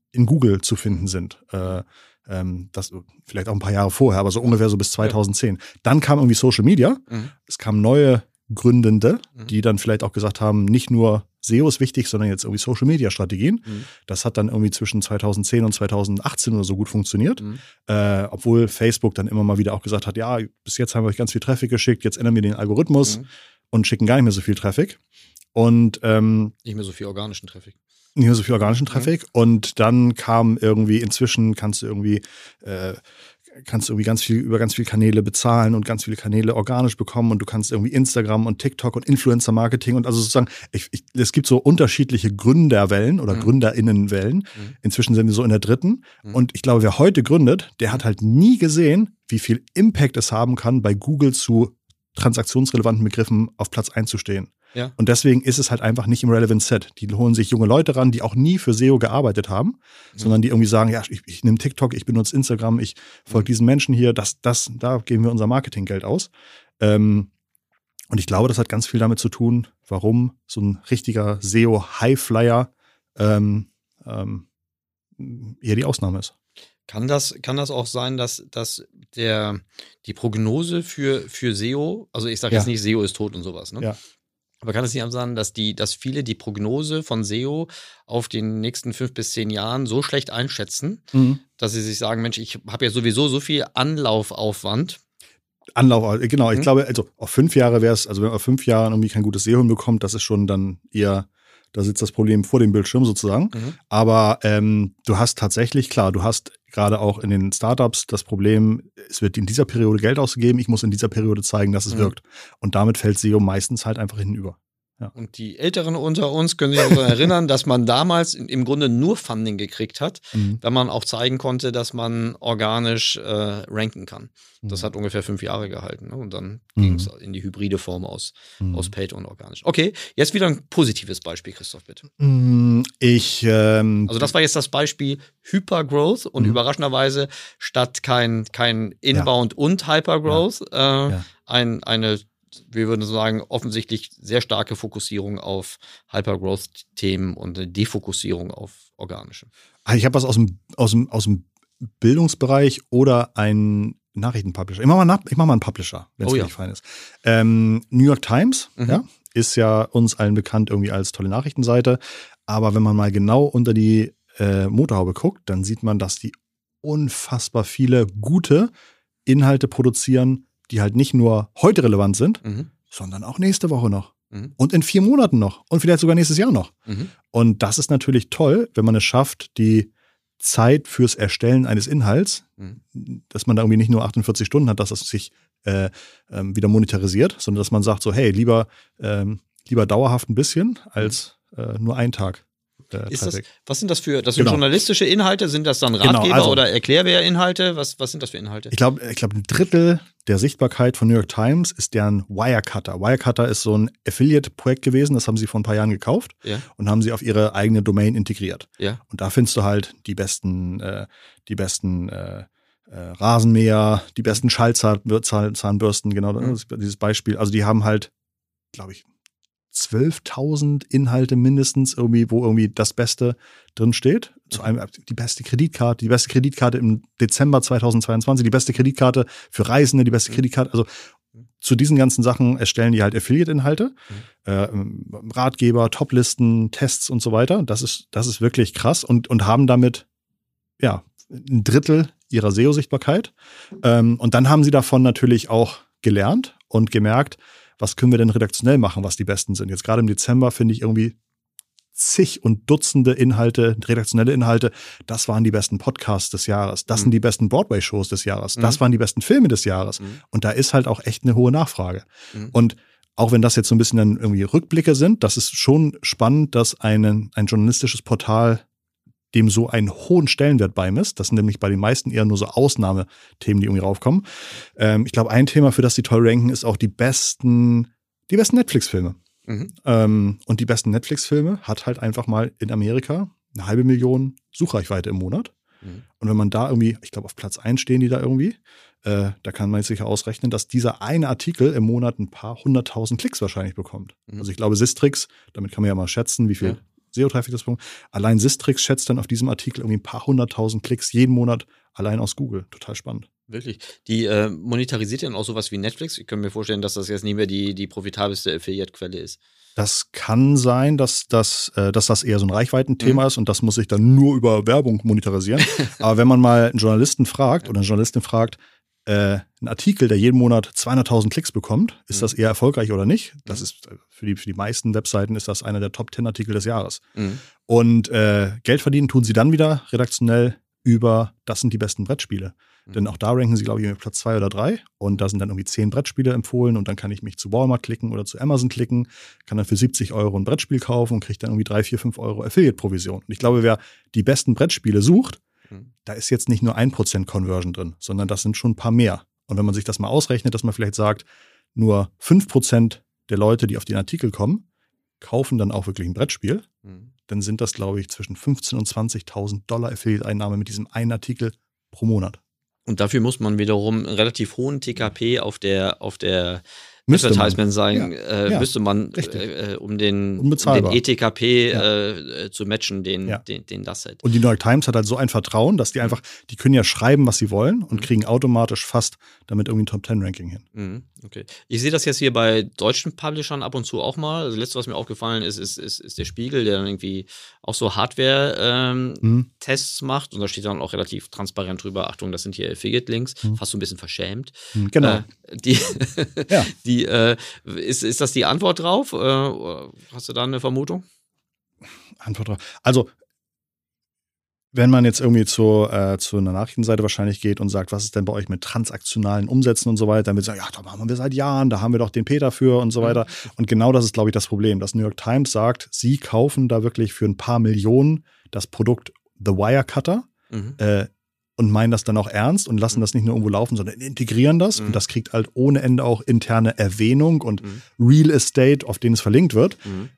in Google zu finden sind. Äh, ähm, das vielleicht auch ein paar Jahre vorher, aber so ungefähr so bis zweitausendzehn. Ja. Dann kam irgendwie Social Media. Mhm. Es kamen neue Gründende, mhm. die dann vielleicht auch gesagt haben, nicht nur S E O ist wichtig, sondern jetzt irgendwie Social-Media-Strategien. Mhm. Das hat dann irgendwie zwischen zweitausendzehn und zweitausendachtzehn oder so gut funktioniert. Mhm. Äh, obwohl Facebook dann immer mal wieder auch gesagt hat, ja, bis jetzt haben wir euch ganz viel Traffic geschickt, jetzt ändern wir den Algorithmus mhm. und schicken gar nicht mehr so viel Traffic. Und ähm, nicht mehr so viel organischen Traffic. Nicht mehr so viel organischen Traffic. Mhm. Und dann kam irgendwie, inzwischen kannst du irgendwie äh, kannst du irgendwie ganz viel über ganz viele Kanäle bezahlen und ganz viele Kanäle organisch bekommen und du kannst irgendwie Instagram und TikTok und Influencer-Marketing und also sozusagen, ich, ich, es gibt so unterschiedliche Gründerwellen oder mhm. GründerInnenwellen. Mhm. Inzwischen sind wir so in der dritten. Mhm. Und ich glaube, wer heute gründet, der hat halt nie gesehen, wie viel Impact es haben kann, bei Google zu transaktionsrelevanten Begriffen auf Platz eins zu stehen. Ja. Und deswegen ist es halt einfach nicht im Relevant Set. Die holen sich junge Leute ran, die auch nie für S E O gearbeitet haben, mhm. sondern die irgendwie sagen, ja, ich, ich nehme TikTok, ich benutze Instagram, ich folge mhm. diesen Menschen hier, das, das, da geben wir unser Marketinggeld aus. Ähm, und ich glaube, das hat ganz viel damit zu tun, warum so ein richtiger S E O-Highflyer ähm, ähm, eher die Ausnahme ist. Kann das, kann das auch sein, dass, dass der, die Prognose für, für S E O, also ich sage ja. jetzt nicht, S E O ist tot und sowas, ne? Ja. Aber kann es nicht sein, dass, die, dass viele die Prognose von S E O auf den nächsten fünf bis zehn Jahren so schlecht einschätzen, mhm. dass sie sich sagen, Mensch, ich habe ja sowieso so viel Anlaufaufwand. Anlauf, genau. Ich mhm. glaube, also auf fünf Jahre wäre es, also wenn man auf fünf Jahren irgendwie kein gutes S E O hinbekommt, das ist schon dann eher, da sitzt das Problem vor dem Bildschirm sozusagen. Mhm. Aber ähm, du hast tatsächlich, klar, du hast gerade auch in den Startups das Problem, es wird in dieser Periode Geld ausgegeben, ich muss in dieser Periode zeigen, dass es mhm. wirkt. Und damit fällt S E O meistens halt einfach hinüber. Ja. Und die Älteren unter uns können sich daran erinnern, dass man damals im Grunde nur Funding gekriegt hat, mhm. wenn man auch zeigen konnte, dass man organisch äh, ranken kann. Mhm. Das hat ungefähr fünf Jahre gehalten. Ne? Und dann mhm. ging es in die hybride Form aus, mhm. aus Paid und organisch. Okay, jetzt wieder ein positives Beispiel, Christoph, bitte. Ich, ähm, also das war jetzt das Beispiel Hypergrowth und mhm. überraschenderweise statt kein, kein Inbound ja. und Hypergrowth ja. Äh, ja. ein, eine wir würden sagen, offensichtlich sehr starke Fokussierung auf Hypergrowth-Themen und eine Defokussierung auf organische. Ich habe was aus dem, aus dem, aus dem Bildungsbereich oder ein Nachrichtenpublisher. Ich mache mal, mach mal einen Publisher, wenn es oh, wirklich ja. fein ist. Ähm, New York Times mhm. ja, ist ja uns allen bekannt irgendwie als tolle Nachrichtenseite. Aber wenn man mal genau unter die äh, Motorhaube guckt, dann sieht man, dass die unfassbar viele gute Inhalte produzieren, die halt nicht nur heute relevant sind, mhm. sondern auch nächste Woche noch. Mhm. Und in vier Monaten noch. Und vielleicht sogar nächstes Jahr noch. Mhm. Und das ist natürlich toll, wenn man es schafft, die Zeit fürs Erstellen eines Inhalts, mhm. dass man da irgendwie nicht nur achtundvierzig Stunden hat, dass das sich äh, ähm, wieder monetarisiert, sondern dass man sagt so, hey, lieber, ähm, lieber dauerhaft ein bisschen als äh, nur einen Tag. Ist das, was sind das für, das sind genau. journalistische Inhalte? Sind das dann Ratgeber genau, also, oder Erklärbär-Inhalte? Was, was sind das für Inhalte? Ich glaube, ich glaub, ein Drittel der Sichtbarkeit von New York Times ist deren Wirecutter. Wirecutter ist so ein Affiliate-Projekt gewesen, das haben sie vor ein paar Jahren gekauft ja. und haben sie auf ihre eigene Domain integriert. Ja. Und da findest du halt die besten, äh, die besten äh, äh, Rasenmäher, die besten Schallzahnbürsten, genau mhm. dieses Beispiel. Also die haben halt, glaube ich, zwölftausend Inhalte mindestens irgendwie, wo irgendwie das Beste drin steht. Zu einem, die beste Kreditkarte, die beste Kreditkarte im Dezember zweitausendzweiundzwanzig, die beste Kreditkarte für Reisende, die beste Kreditkarte. Also zu diesen ganzen Sachen erstellen die halt Affiliate-Inhalte, mhm. äh, Ratgeber, Toplisten, Tests und so weiter. Das ist, das ist wirklich krass und, und haben damit, ja, ein Drittel ihrer S E O-Sichtbarkeit. Ähm, und dann haben sie davon natürlich auch gelernt und gemerkt, was können wir denn redaktionell machen, was die besten sind. Jetzt gerade im Dezember finde ich irgendwie zig und Dutzende Inhalte, redaktionelle Inhalte. Das waren die besten Podcasts des Jahres. Das mhm. sind die besten Broadway-Shows des Jahres. Mhm. Das waren die besten Filme des Jahres. Mhm. Und da ist halt auch echt eine hohe Nachfrage. Mhm. Und auch wenn das jetzt so ein bisschen dann irgendwie Rückblicke sind, das ist schon spannend, dass ein, ein journalistisches Portal dem so einen hohen Stellenwert beimisst. Das sind nämlich bei den meisten eher nur so Ausnahmethemen, die irgendwie raufkommen. Ähm, ich glaube, ein Thema, für das die toll ranken, ist auch die besten, die besten Netflix-Filme. Mhm. Ähm, und die besten Netflix-Filme hat halt einfach mal in Amerika eine halbe Million Suchreichweite im Monat. Mhm. Und wenn man da irgendwie, ich glaube, auf Platz eins stehen die da irgendwie, äh, da kann man sich ausrechnen, dass dieser eine Artikel im Monat ein paar hunderttausend Klicks wahrscheinlich bekommt. Mhm. Also ich glaube, Sistrix, damit kann man ja mal schätzen, wie viel ja. S E O-Traffic das Problem. Allein Sistrix schätzt dann auf diesem Artikel irgendwie ein paar hunderttausend Klicks jeden Monat allein aus Google. Total spannend. Wirklich. Die äh, monetarisiert dann auch sowas wie Netflix? Ich kann mir vorstellen, dass das jetzt nicht mehr die, die profitabelste Affiliate-Quelle ist. Das kann sein, dass das, äh, dass das eher so ein Reichweitenthema mhm. ist und das muss sich dann nur über Werbung monetarisieren. Aber wenn man mal einen Journalisten fragt oder eine Journalistin fragt, äh, ein Artikel, der jeden Monat zweihunderttausend Klicks bekommt, ist mhm. das eher erfolgreich oder nicht? Das mhm. ist für die, für die meisten Webseiten ist das einer der Top zehn Artikel des Jahres. Mhm. Und äh, Geld verdienen tun sie dann wieder redaktionell über, das sind die besten Brettspiele. Mhm. Denn auch da ranken sie, glaube ich, Platz zwei oder drei. Und da sind dann irgendwie zehn Brettspiele empfohlen. Und dann kann ich mich zu Walmart klicken oder zu Amazon klicken, kann dann für siebzig Euro ein Brettspiel kaufen und kriege dann irgendwie drei, vier, fünf Euro Affiliate-Provision. Und ich glaube, wer die besten Brettspiele sucht, mhm. da ist jetzt nicht nur ein Prozent Conversion drin, sondern das sind schon ein paar mehr. Und wenn man sich das mal ausrechnet, dass man vielleicht sagt, nur fünf Prozent der Leute, die auf den Artikel kommen, kaufen dann auch wirklich ein Brettspiel, mhm. dann sind das, glaube ich, zwischen fünfzehntausend und zwanzigtausend Dollar Affiliate-Einnahme mit diesem einen Artikel pro Monat. Und dafür muss man wiederum einen relativ hohen T K P auf der, auf der Müsste Advertisement sein, ja. äh, Ja. müsste man, äh, um den, um Unbezahlbar. den E T K P Ja. äh, zu matchen, den, Ja. den, den das hat. Und die New York Times hat halt so ein Vertrauen, dass die einfach, die können ja schreiben, was sie wollen und Mhm. kriegen automatisch fast damit irgendwie ein Top zehn Ranking hin. Mhm, okay. Ich sehe das jetzt hier bei deutschen Publishern ab und zu auch mal. Also, das letzte, was mir aufgefallen ist, ist, ist, ist der Spiegel, der dann irgendwie auch so Hardware-Tests ähm, Mhm. macht. Und da steht dann auch relativ transparent drüber, Achtung, das sind hier Affiliate-Links, Mhm. fast so ein bisschen verschämt. Mhm, genau. Äh, die, Ja. die, äh, ist, ist das die Antwort drauf? Äh, oder hast du da eine Vermutung? Antwort drauf. Also, wenn man jetzt irgendwie zu, äh, zu einer Nachrichtenseite wahrscheinlich geht und sagt, was ist denn bei euch mit transaktionalen Umsätzen und so weiter, dann wird sagen, ja, da machen wir seit Jahren, da haben wir doch den Peter für und so weiter. Und genau das ist, glaube ich, das Problem. Das New York Times sagt, sie kaufen da wirklich für ein paar Millionen das Produkt The Wirecutter Mhm. äh, und meinen das dann auch ernst und lassen das nicht nur irgendwo laufen, sondern integrieren das. Mhm. Und das kriegt halt ohne Ende auch interne Erwähnung und Mhm. Real Estate, auf den es verlinkt wird. Mhm.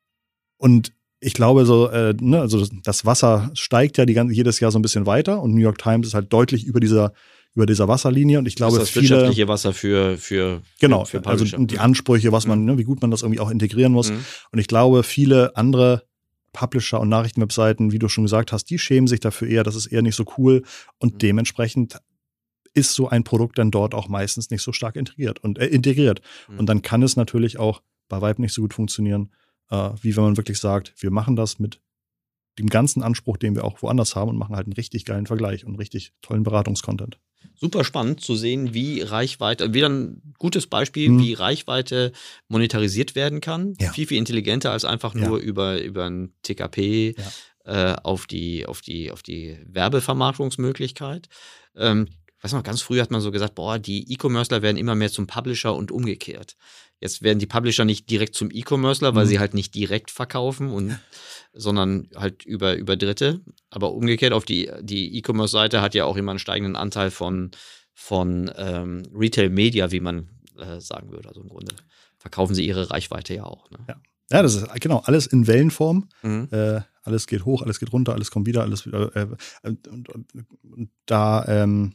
Und ich glaube, so, äh, ne, also das Wasser steigt ja die ganze, jedes Jahr so ein bisschen weiter und New York Times ist halt deutlich über dieser, über dieser Wasserlinie. Und ich glaube, das ist das viele, wirtschaftliche Wasser für, für, genau, für also Publisher. die Ansprüche, was man, Mhm. ne, wie gut man das irgendwie auch integrieren muss. Mhm. Und ich glaube, viele andere Publisher und Nachrichtenwebseiten, wie du schon gesagt hast, die schämen sich dafür eher, das ist eher nicht so cool. Und Mhm. dementsprechend ist so ein Produkt dann dort auch meistens nicht so stark integriert und äh, integriert. Mhm. Und dann kann es natürlich auch bei Vibe nicht so gut funktionieren, äh, wie wenn man wirklich sagt, wir machen das mit dem ganzen Anspruch, den wir auch woanders haben und machen halt einen richtig geilen Vergleich und einen richtig tollen Beratungskontent. Super spannend zu sehen, wie Reichweite, wieder ein gutes Beispiel, Mhm. wie Reichweite monetarisiert werden kann. Ja. Viel, viel intelligenter als einfach nur Ja. über, über ein T K P Ja. äh, auf, die, auf, die, auf die Werbevermarktungsmöglichkeit. Ähm, ich weiß noch, ganz früh hat man so gesagt, boah, die E-Commercer werden immer mehr zum Publisher und umgekehrt. Jetzt werden die Publisher nicht direkt zum E-Commercer, weil Mhm. sie halt nicht direkt verkaufen, und, sondern halt über, über Dritte. Aber umgekehrt auf die, die E-Commerce-Seite hat ja auch immer einen steigenden Anteil von, von ähm, Retail-Media, wie man äh, sagen würde. Also im Grunde verkaufen sie ihre Reichweite ja auch. Ne? Ja. Ja, das ist genau alles in Wellenform. Mhm. Äh, alles geht hoch, alles geht runter, alles kommt wieder, alles wieder. Äh, und, und, und da, ähm,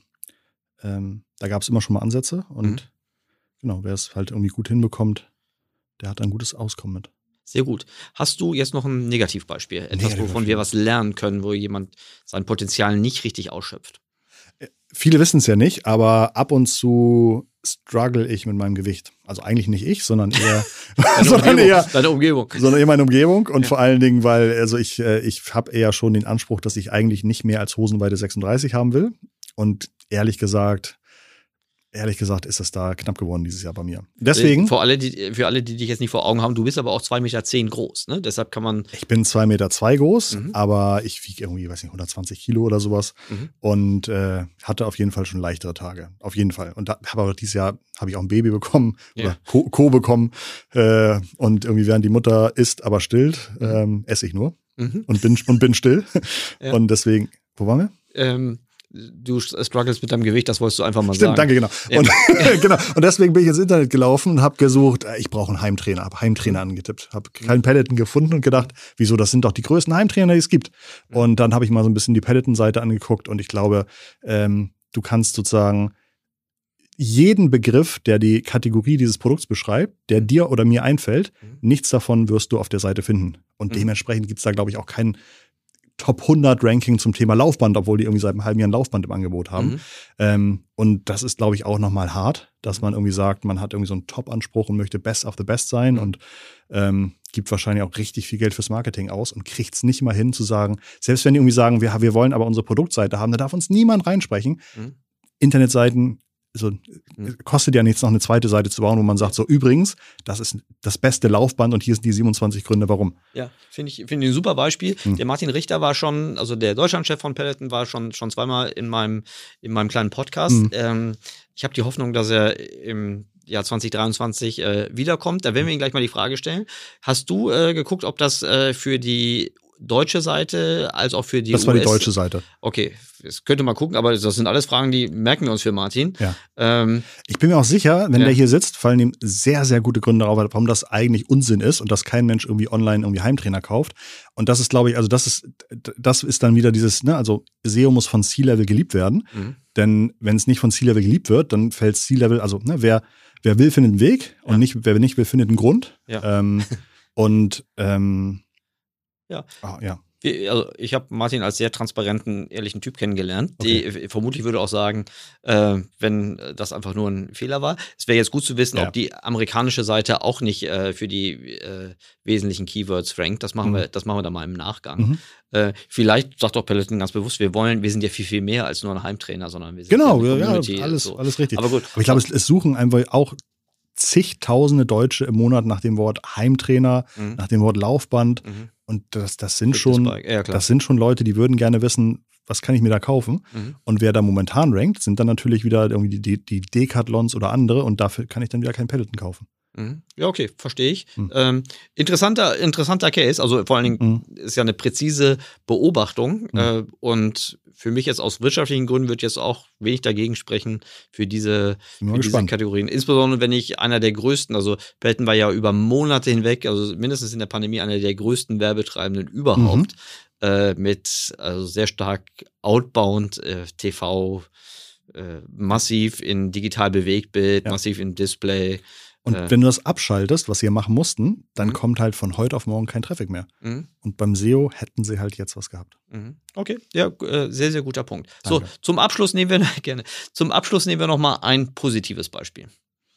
ähm, da gab es immer schon mal Ansätze und Mhm. genau, wer es halt irgendwie gut hinbekommt, der hat ein gutes Auskommen mit. Sehr gut. Hast du jetzt noch ein Negativbeispiel? Etwas, Negativbeispiel. wovon wir was lernen können, wo jemand sein Potenzial nicht richtig ausschöpft? Viele wissen es ja nicht, aber ab und zu struggle ich mit meinem Gewicht. Also eigentlich nicht ich, sondern eher, Deine sondern Umgebung. eher, Deine Umgebung. sondern eher meine Umgebung und Ja. vor allen Dingen, weil also ich, äh, ich habe eher schon den Anspruch, dass ich eigentlich nicht mehr als Hosenweite sechsunddreißig haben will. Und ehrlich gesagt, ehrlich gesagt ist es da knapp geworden dieses Jahr bei mir. Deswegen, Für alle, die, für alle, die dich jetzt nicht vor Augen haben, du bist aber auch zwei Meter zehn groß. Ne? Deshalb kann man. ich bin zwei Meter zwei groß, Mhm. aber ich wiege irgendwie, weiß nicht, hundertzwanzig Kilo oder sowas Mhm. und äh, hatte auf jeden Fall schon leichtere Tage. Auf jeden Fall. Und da habe aber dieses Jahr habe ich auch ein Baby bekommen Ja. oder Co, Co bekommen äh, und irgendwie während die Mutter isst, aber stillt, Mhm. ähm, esse ich nur Mhm. und bin und bin still. Ja. Und deswegen, wo waren wir? Ähm, du struggles mit deinem Gewicht, das wolltest du einfach mal Stimmt, sagen. danke, genau. Ja. Und, genau. Und deswegen bin ich ins Internet gelaufen und habe gesucht, äh, ich brauche einen Heimtrainer, habe Heimtrainer angetippt, habe keinen Peloton gefunden und gedacht, wieso, das sind doch die größten Heimtrainer, die es gibt. Und dann habe ich mal so ein bisschen die Peloton-Seite angeguckt und ich glaube, ähm, du kannst sozusagen jeden Begriff, der die Kategorie dieses Produkts beschreibt, der dir oder mir einfällt, Mhm. nichts davon wirst du auf der Seite finden. Und Mhm. dementsprechend gibt es da, glaube ich, auch kein Top hundert Ranking zum Thema Laufband, obwohl die irgendwie seit einem halben Jahr ein Laufband im Angebot haben. Mhm. Ähm, und das ist, glaube ich, auch nochmal hart, dass man irgendwie sagt, man hat irgendwie so einen Top-Anspruch und möchte Best of the Best sein Mhm. und ähm, gibt wahrscheinlich auch richtig viel Geld fürs Marketing aus und kriegt es nicht mal hin zu sagen, selbst wenn die irgendwie sagen, wir, wir wollen aber unsere Produktseite haben, da darf uns niemand reinsprechen. Mhm. Internetseiten, also, Mhm. kostet ja nichts, noch eine zweite Seite zu bauen, wo man sagt, so übrigens, das ist das beste Laufband und hier sind die siebenundzwanzig Gründe, warum. Ja, finde ich, finde ich ein super Beispiel. Hm. Der Martin Richter war schon, also der Deutschlandchef von Peloton war schon, schon zweimal in meinem, in meinem kleinen Podcast. Hm. Ähm, ich habe die Hoffnung, dass er im Jahr zwanzig dreiundzwanzig äh, wiederkommt. Da werden wir ihm gleich mal die Frage stellen. Hast du äh, geguckt, ob das äh, für die deutsche Seite als auch für die Das war U S die deutsche Seite. Okay, das könnte mal gucken, aber das sind alles Fragen, die merken wir uns für Martin. Ja. Ähm, Ich bin mir auch sicher, wenn Ja. der hier sitzt, fallen ihm sehr, sehr gute Gründe darauf, warum das eigentlich Unsinn ist und dass kein Mensch irgendwie online irgendwie Heimtrainer kauft. Und das ist, glaube ich, also das ist, das ist dann wieder dieses, ne, also S E O muss von C-Level geliebt werden. mhm. Denn wenn es nicht von C-Level geliebt wird, dann fällt C-Level, also ne, wer, wer will, findet einen Weg und Ja. nicht, wer nicht will, findet einen Grund. Ja. Ähm, und ähm, Ja. ah, ja. Wir- Also ich habe Martin als sehr transparenten, ehrlichen Typ kennengelernt. Die äh, vermutlich würde auch sagen, äh, wenn äh, das einfach nur ein Fehler war. Es wäre jetzt gut zu wissen, Ja. ob die amerikanische Seite auch nicht äh, für die äh, wesentlichen Keywords rankt. Das machen Mhm. wir, das machen wir dann mal im Nachgang. Mhm. Äh, vielleicht sagt auch Peloton ganz bewusst, wir wollen, wir sind ja viel, viel mehr als nur ein Heimtrainer, sondern wir sind Genau, ja ja, eine ja, Community. alles, so. alles richtig. Aber gut. Aber ich glaube, es, es suchen einfach auch zigtausende Deutsche im Monat nach dem Wort Heimtrainer, Mhm. nach dem Wort Laufband. Mhm. Und das, das sind Fitness schon, Bike. Ja, klar. das sind schon Leute, die würden gerne wissen, was kann ich mir da kaufen? Mhm. Und wer da momentan rankt, sind dann natürlich wieder irgendwie die, die Decathlons oder andere und dafür kann ich dann wieder kein Peloton kaufen. Mhm. Ja, okay, verstehe ich. Mhm. Ähm, interessanter, interessanter Case, also vor allen Dingen Mhm. ist ja eine präzise Beobachtung Mhm. äh, und für mich jetzt aus wirtschaftlichen Gründen wird jetzt auch wenig dagegen sprechen für diese, Bin mal für diese gespannt. Kategorien. Insbesondere wenn ich einer der größten, also Peloton war ja über Monate hinweg, also mindestens in der Pandemie einer der größten Werbetreibenden überhaupt, Mhm. äh, mit also sehr stark Outbound, äh, T V, äh, massiv in digital Bewegtbild, Ja. massiv in Display. Und Äh. wenn du das abschaltest, was sie ja machen mussten, dann Mhm. kommt halt von heute auf morgen kein Traffic mehr. Mhm. Und beim S E O hätten sie halt jetzt was gehabt. Mhm. Okay, ja, äh, sehr, sehr guter Punkt. So, Danke. zum Abschluss nehmen wir gerne. Zum Abschluss nehmen wir noch mal ein positives Beispiel.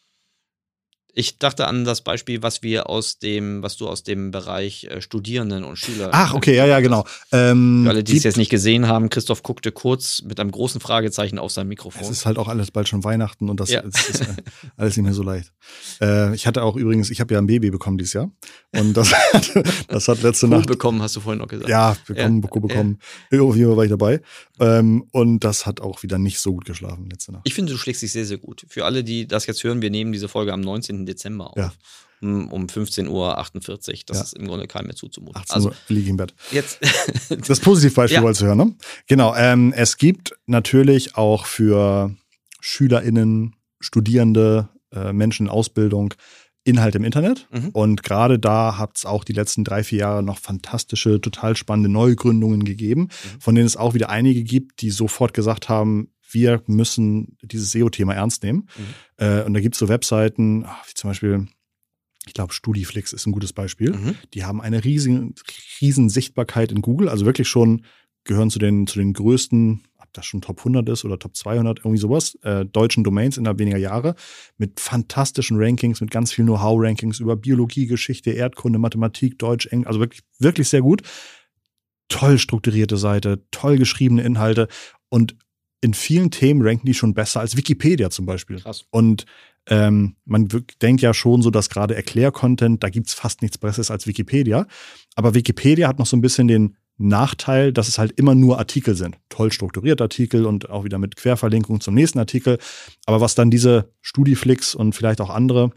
Ich dachte an das Beispiel, was wir aus dem, was du aus dem Bereich äh, Studierenden und Schüler. Ach, okay, ja, ja, genau. Ähm, Für alle, die es gibt- jetzt nicht gesehen haben, Christoph guckte kurz mit einem großen Fragezeichen auf sein Mikrofon. Es ist halt auch alles bald schon Weihnachten und das Ja. es ist äh, alles nicht mehr so leicht. Äh, ich hatte auch übrigens, ich habe ja ein Baby bekommen dieses Jahr und das, hat, das hat letzte Cool Nacht, bekommen, hast du vorhin noch gesagt. ja, bekommen, Ja, bekommen, bekommen. Auf jeden Fall war ich dabei. Ähm, und das hat auch wieder nicht so gut geschlafen letzte Nacht. Ich finde, du schlägst dich sehr, sehr gut. Für alle, die das jetzt hören, wir nehmen diese Folge am neunzehnten Dezember auf. Ja. Um, um fünfzehn Uhr achtundvierzig. Das Ja. ist im Grunde keinem mehr zuzumuten. achtzehn Also Uhr liege ich im Bett. jetzt. Das Positivbeispiel Ja. wolltest du hören, ne? Genau. Ähm, es gibt natürlich auch für SchülerInnen, Studierende, äh, Menschen in Ausbildung Inhalt im Internet. Mhm. Und gerade da hat es auch die letzten drei, vier Jahre noch fantastische, total spannende Neugründungen gegeben, Mhm. von denen es auch wieder einige gibt, die sofort gesagt haben, wir müssen dieses S E O-Thema ernst nehmen. Mhm. Äh, und da gibt es so Webseiten, wie zum Beispiel, ich glaube, StudiFlix ist ein gutes Beispiel. Mhm. Die haben eine riesen, riesen Sichtbarkeit in Google, also wirklich schon gehören zu den, zu den größten, ob das schon Top hundert ist oder Top zweihundert, irgendwie sowas, äh, deutschen Domains innerhalb weniger Jahre, mit fantastischen Rankings, mit ganz viel Know-how-Rankings über Biologie, Geschichte, Erdkunde, Mathematik, Deutsch, Englisch, also wirklich, wirklich sehr gut. Toll strukturierte Seite, toll geschriebene Inhalte und in vielen Themen ranken die schon besser als Wikipedia zum Beispiel. Krass. Und ähm, man w- denkt ja schon so, dass gerade Erklärcontent, da gibt's fast nichts Besseres als Wikipedia. Aber Wikipedia hat noch so ein bisschen den Nachteil, dass es halt immer nur Artikel sind. Toll strukturierte Artikel und auch wieder mit Querverlinkung zum nächsten Artikel. Aber was dann diese StudiFlix und vielleicht auch andere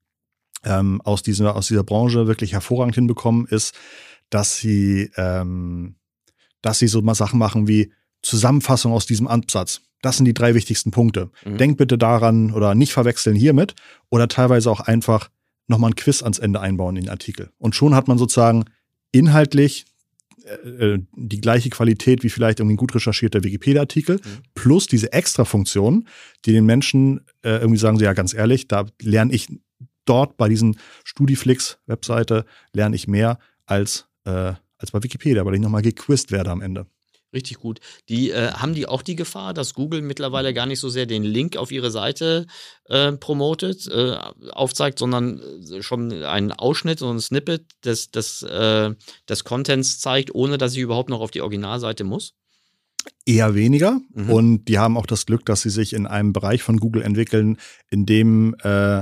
ähm, aus, dieser, aus dieser Branche wirklich hervorragend hinbekommen, ist, dass sie, ähm, dass sie so mal Sachen machen wie Zusammenfassung aus diesem Absatz. Das sind die drei wichtigsten Punkte. Mhm. Denkt bitte daran oder nicht verwechseln hiermit oder teilweise auch einfach nochmal ein Quiz ans Ende einbauen in den Artikel. Und schon hat man sozusagen inhaltlich äh, die gleiche Qualität wie vielleicht irgendwie ein gut recherchierter Wikipedia-Artikel, Mhm. plus diese Extra-Funktion, die den Menschen äh, irgendwie sagen, so ja, ganz ehrlich, da lerne ich dort bei diesen StudiFlix-Webseite, lerne ich mehr als äh, als bei Wikipedia, weil ich nochmal gequizt werde am Ende. Richtig gut. Die, äh, haben die auch die Gefahr, dass Google mittlerweile gar nicht so sehr den Link auf ihre Seite äh, promotet, äh, aufzeigt, sondern schon einen Ausschnitt, so ein Snippet des, des, äh, des Contents zeigt, ohne dass ich überhaupt noch auf die Originalseite muss? Eher weniger. Mhm. Und die haben auch das Glück, dass sie sich in einem Bereich von Google entwickeln, in dem äh,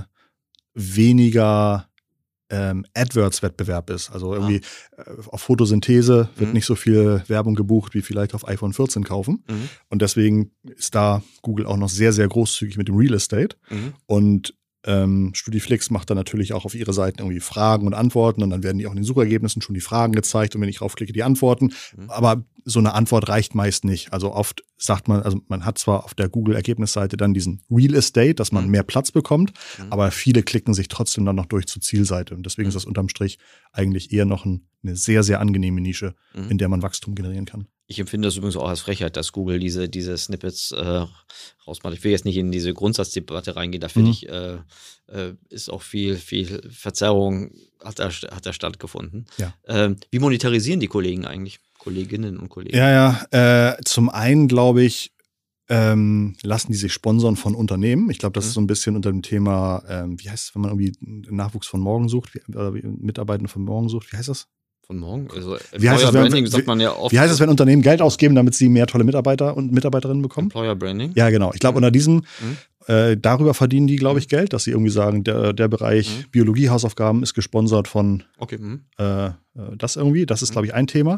weniger ähm, AdWords-Wettbewerb ist. Also irgendwie ah. äh, auf Photosynthese wird mhm. nicht so viel Werbung gebucht, wie vielleicht auf iPhone vierzehn kaufen. Mhm. Und deswegen ist da Google auch noch sehr, sehr großzügig mit dem Real Estate. Mhm. Und Ähm, StudiFlix macht dann natürlich auch auf ihre Seiten irgendwie Fragen und Antworten und dann werden die auch in den Suchergebnissen schon die Fragen gezeigt und wenn ich raufklicke, die Antworten. Mhm. Aber so eine Antwort reicht meist nicht. Also oft sagt man, also man hat zwar auf der Google-Ergebnisseite dann diesen Real Estate, dass man mhm. mehr Platz bekommt, mhm. aber viele klicken sich trotzdem dann noch durch zur Zielseite. Und deswegen mhm. ist das unterm Strich eigentlich eher noch ein, eine sehr, sehr angenehme Nische, mhm. in der man Wachstum generieren kann. Ich empfinde das übrigens auch als Frechheit, dass Google diese, diese Snippets äh, rausmacht. Ich will jetzt nicht in diese Grundsatzdebatte reingehen, da finde mhm. ich, äh, äh, ist auch viel, viel Verzerrung hat da, hat da stattgefunden. Ja. Ähm, wie monetarisieren die Kollegen eigentlich? Kolleginnen und Kollegen? Ja, ja. Äh, zum einen, glaube ich, ähm, lassen die sich sponsern von Unternehmen. Ich glaube, das mhm. ist so ein bisschen unter dem Thema, ähm, wie heißt es, wenn man irgendwie Nachwuchs von morgen sucht, wie, oder Mitarbeitende von morgen sucht, wie heißt das? Von morgen? Also wie heißt, es, Branding wenn, sagt man ja oft. Wie heißt es, wenn Unternehmen Geld ausgeben, damit sie mehr tolle Mitarbeiter und Mitarbeiterinnen bekommen? Employer Branding? Ja, genau. Ich glaube, mhm. unter diesem, mhm. äh, darüber verdienen die, glaube ich, Geld, dass sie irgendwie sagen, der, der Bereich mhm. Biologie-Hausaufgaben ist gesponsert von okay. mhm. äh, das irgendwie. Das ist, glaube ich, ein Thema.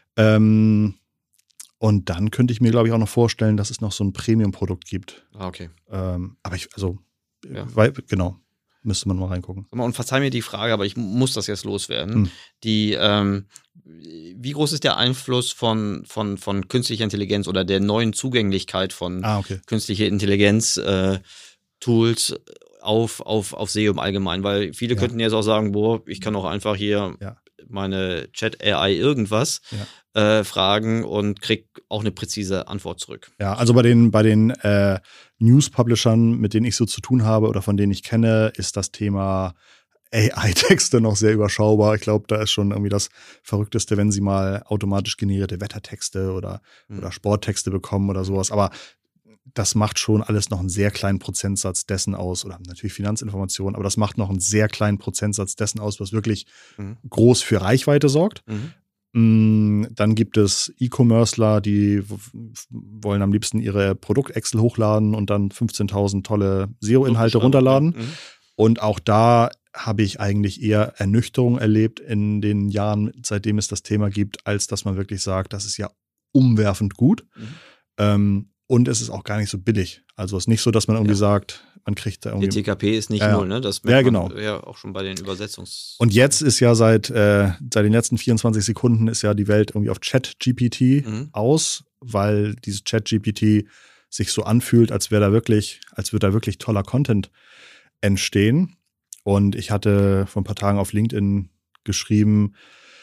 Ähm, und dann könnte ich mir, glaube ich, auch noch vorstellen, dass es noch so ein Premium-Produkt gibt. Ah, okay. Ähm, aber ich, also, ja. weil, genau. Müsste man mal reingucken. Und verzeih mir die Frage, aber ich muss das jetzt loswerden. Hm. Die, ähm, wie groß ist der Einfluss von, von, von künstlicher Intelligenz oder der neuen Zugänglichkeit von ah, okay. künstlicher Intelligenz äh, Tools auf, auf, auf S E O im Allgemeinen? Weil viele ja. könnten jetzt auch sagen, boah, ich kann auch einfach hier ja. meine Chat-A I irgendwas ja. äh, fragen und krieg auch eine präzise Antwort zurück. Ja, also bei den, bei den äh, News-Publishern, mit denen ich so zu tun habe oder von denen ich kenne, ist das Thema A I-Texte noch sehr überschaubar. Ich glaube, da ist schon irgendwie das Verrückteste, wenn sie mal automatisch generierte Wettertexte oder, mhm. oder Sporttexte bekommen oder sowas. Aber das macht schon alles noch einen sehr kleinen Prozentsatz dessen aus, oder natürlich Finanzinformationen, aber das macht noch einen sehr kleinen Prozentsatz dessen aus, was wirklich mhm. groß für Reichweite sorgt. Mhm. Dann gibt es E-Commercer, die wollen am liebsten ihre Produkt-Excel hochladen und dann fünfzehntausend tolle S E O-Inhalte runterladen. Mhm. Und auch da habe ich eigentlich eher Ernüchterung erlebt in den Jahren, seitdem es das Thema gibt, als dass man wirklich sagt, das ist ja umwerfend gut. Mhm. Ähm, und es ist auch gar nicht so billig. Also es ist nicht so, dass man irgendwie ja. sagt, man kriegt da irgendwie. Die T K P ist nicht ja, null, ne? Das merkt ja, genau. man ja auch schon bei den Übersetzungs. Und jetzt ist ja seit, äh, seit den letzten vierundzwanzig Sekunden ist ja die Welt irgendwie auf ChatGPT mhm. aus, weil dieses ChatGPT sich so anfühlt, als wäre da wirklich, als würde da wirklich toller Content entstehen. Und ich hatte vor ein paar Tagen auf LinkedIn geschrieben,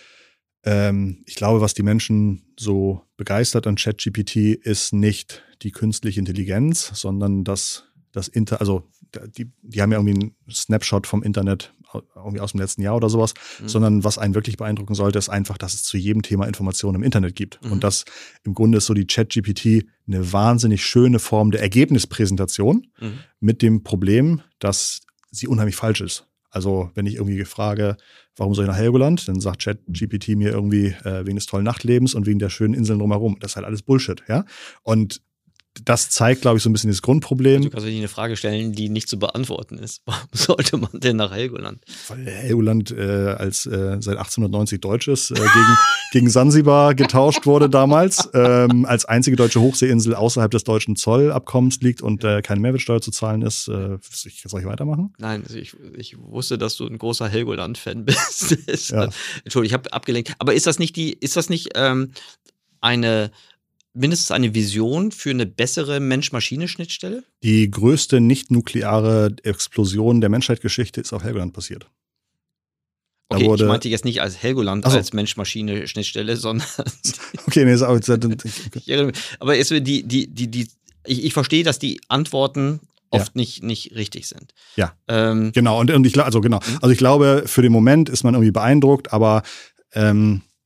ähm, ich glaube, was die Menschen so begeistert an ChatGPT ist nicht die künstliche Intelligenz, sondern das, das Inter, also die, die haben ja irgendwie einen Snapshot vom Internet irgendwie aus dem letzten Jahr oder sowas, mhm. sondern was einen wirklich beeindrucken sollte, ist einfach, dass es zu jedem Thema Informationen im Internet gibt. Mhm. Und das im Grunde ist so die ChatGPT eine wahnsinnig schöne Form der Ergebnispräsentation mhm. mit dem Problem, dass sie unheimlich falsch ist. Also wenn ich irgendwie frage, warum soll ich nach Helgoland, dann sagt ChatGPT mir irgendwie äh, wegen des tollen Nachtlebens und wegen der schönen Inseln drumherum. Das ist halt alles Bullshit, ja. Und das zeigt, glaube ich, so ein bisschen das Grundproblem. Du kannst dir eine Frage stellen, die nicht zu beantworten ist. Warum sollte man denn nach Helgoland? Weil Helgoland äh, als äh, seit achtzehnhundertneunzig Deutsches äh, gegen, gegen Sansibar getauscht wurde damals, ähm, als einzige deutsche Hochseeinsel außerhalb des deutschen Zollabkommens liegt und äh, keine Mehrwertsteuer zu zahlen ist. Äh, soll ich weitermachen? Nein, also ich, ich wusste, dass du ein großer Helgoland-Fan bist. Ja. Entschuldigung, ich habe abgelenkt. Aber ist das nicht die, ist das nicht ähm, eine mindestens eine Vision für eine bessere Mensch-Maschine-Schnittstelle? Die größte nicht-nukleare Explosion der Menschheitsgeschichte ist auf Helgoland passiert. Da okay, wurde, ich meinte jetzt nicht als Helgoland also, als Mensch-Maschine-Schnittstelle, sondern okay, nee, ist auch, aber es die die die die ich, ich verstehe, dass die Antworten oft ja. nicht nicht richtig sind. Ja, ähm, genau und, und ich also genau, also ich glaube, für den Moment ist man irgendwie beeindruckt, aber ähm,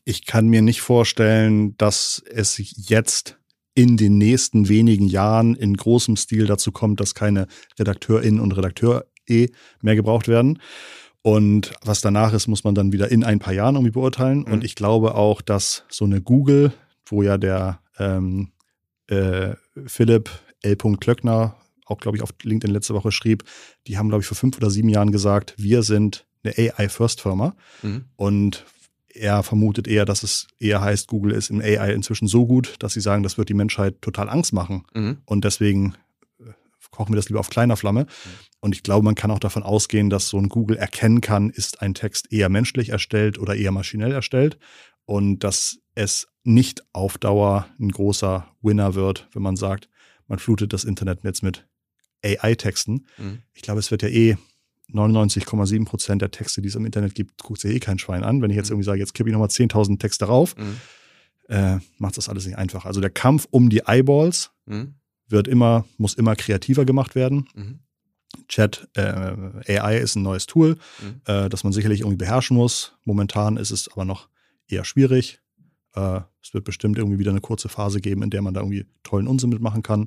Ich kann mir nicht vorstellen, dass es jetzt in den nächsten wenigen Jahren in großem Stil dazu kommt, dass keine RedakteurInnen und Redakteur eh mehr gebraucht werden. Und was danach ist, muss man dann wieder in ein paar Jahren irgendwie beurteilen. Mhm. Und ich glaube auch, dass so eine Google, wo ja der ähm, äh, Philipp L. Klöckner auch, glaube ich, auf LinkedIn letzte Woche schrieb, die haben, glaube ich, vor fünf oder sieben Jahren gesagt, wir sind eine A I-First-Firma. Mhm. Und er vermutet eher, dass es eher heißt, Google ist im A I inzwischen so gut, dass sie sagen, das wird die Menschheit total Angst machen. Mhm. Und deswegen kochen wir das lieber auf kleiner Flamme. Mhm. Und ich glaube, man kann auch davon ausgehen, dass so ein Google erkennen kann, ist ein Text eher menschlich erstellt oder eher maschinell erstellt. Und dass es nicht auf Dauer ein großer Winner wird, wenn man sagt, man flutet das Internet jetzt mit A I-Texten. Mhm. Ich glaube, es wird ja eh neunundneunzig Komma sieben Prozent der Texte, die es im Internet gibt, guckt sich eh kein Schwein an. Wenn ich jetzt irgendwie sage, jetzt kippe ich nochmal zehntausend Texte rauf, mhm. äh, macht das alles nicht einfach. Also der Kampf um die Eyeballs mhm. wird immer, muss immer kreativer gemacht werden. Mhm. Chat, äh, A I ist ein neues Tool, mhm. äh, das man sicherlich irgendwie beherrschen muss. Momentan ist es aber noch eher schwierig. Äh, es wird bestimmt irgendwie wieder eine kurze Phase geben, in der man da irgendwie tollen Unsinn mitmachen kann.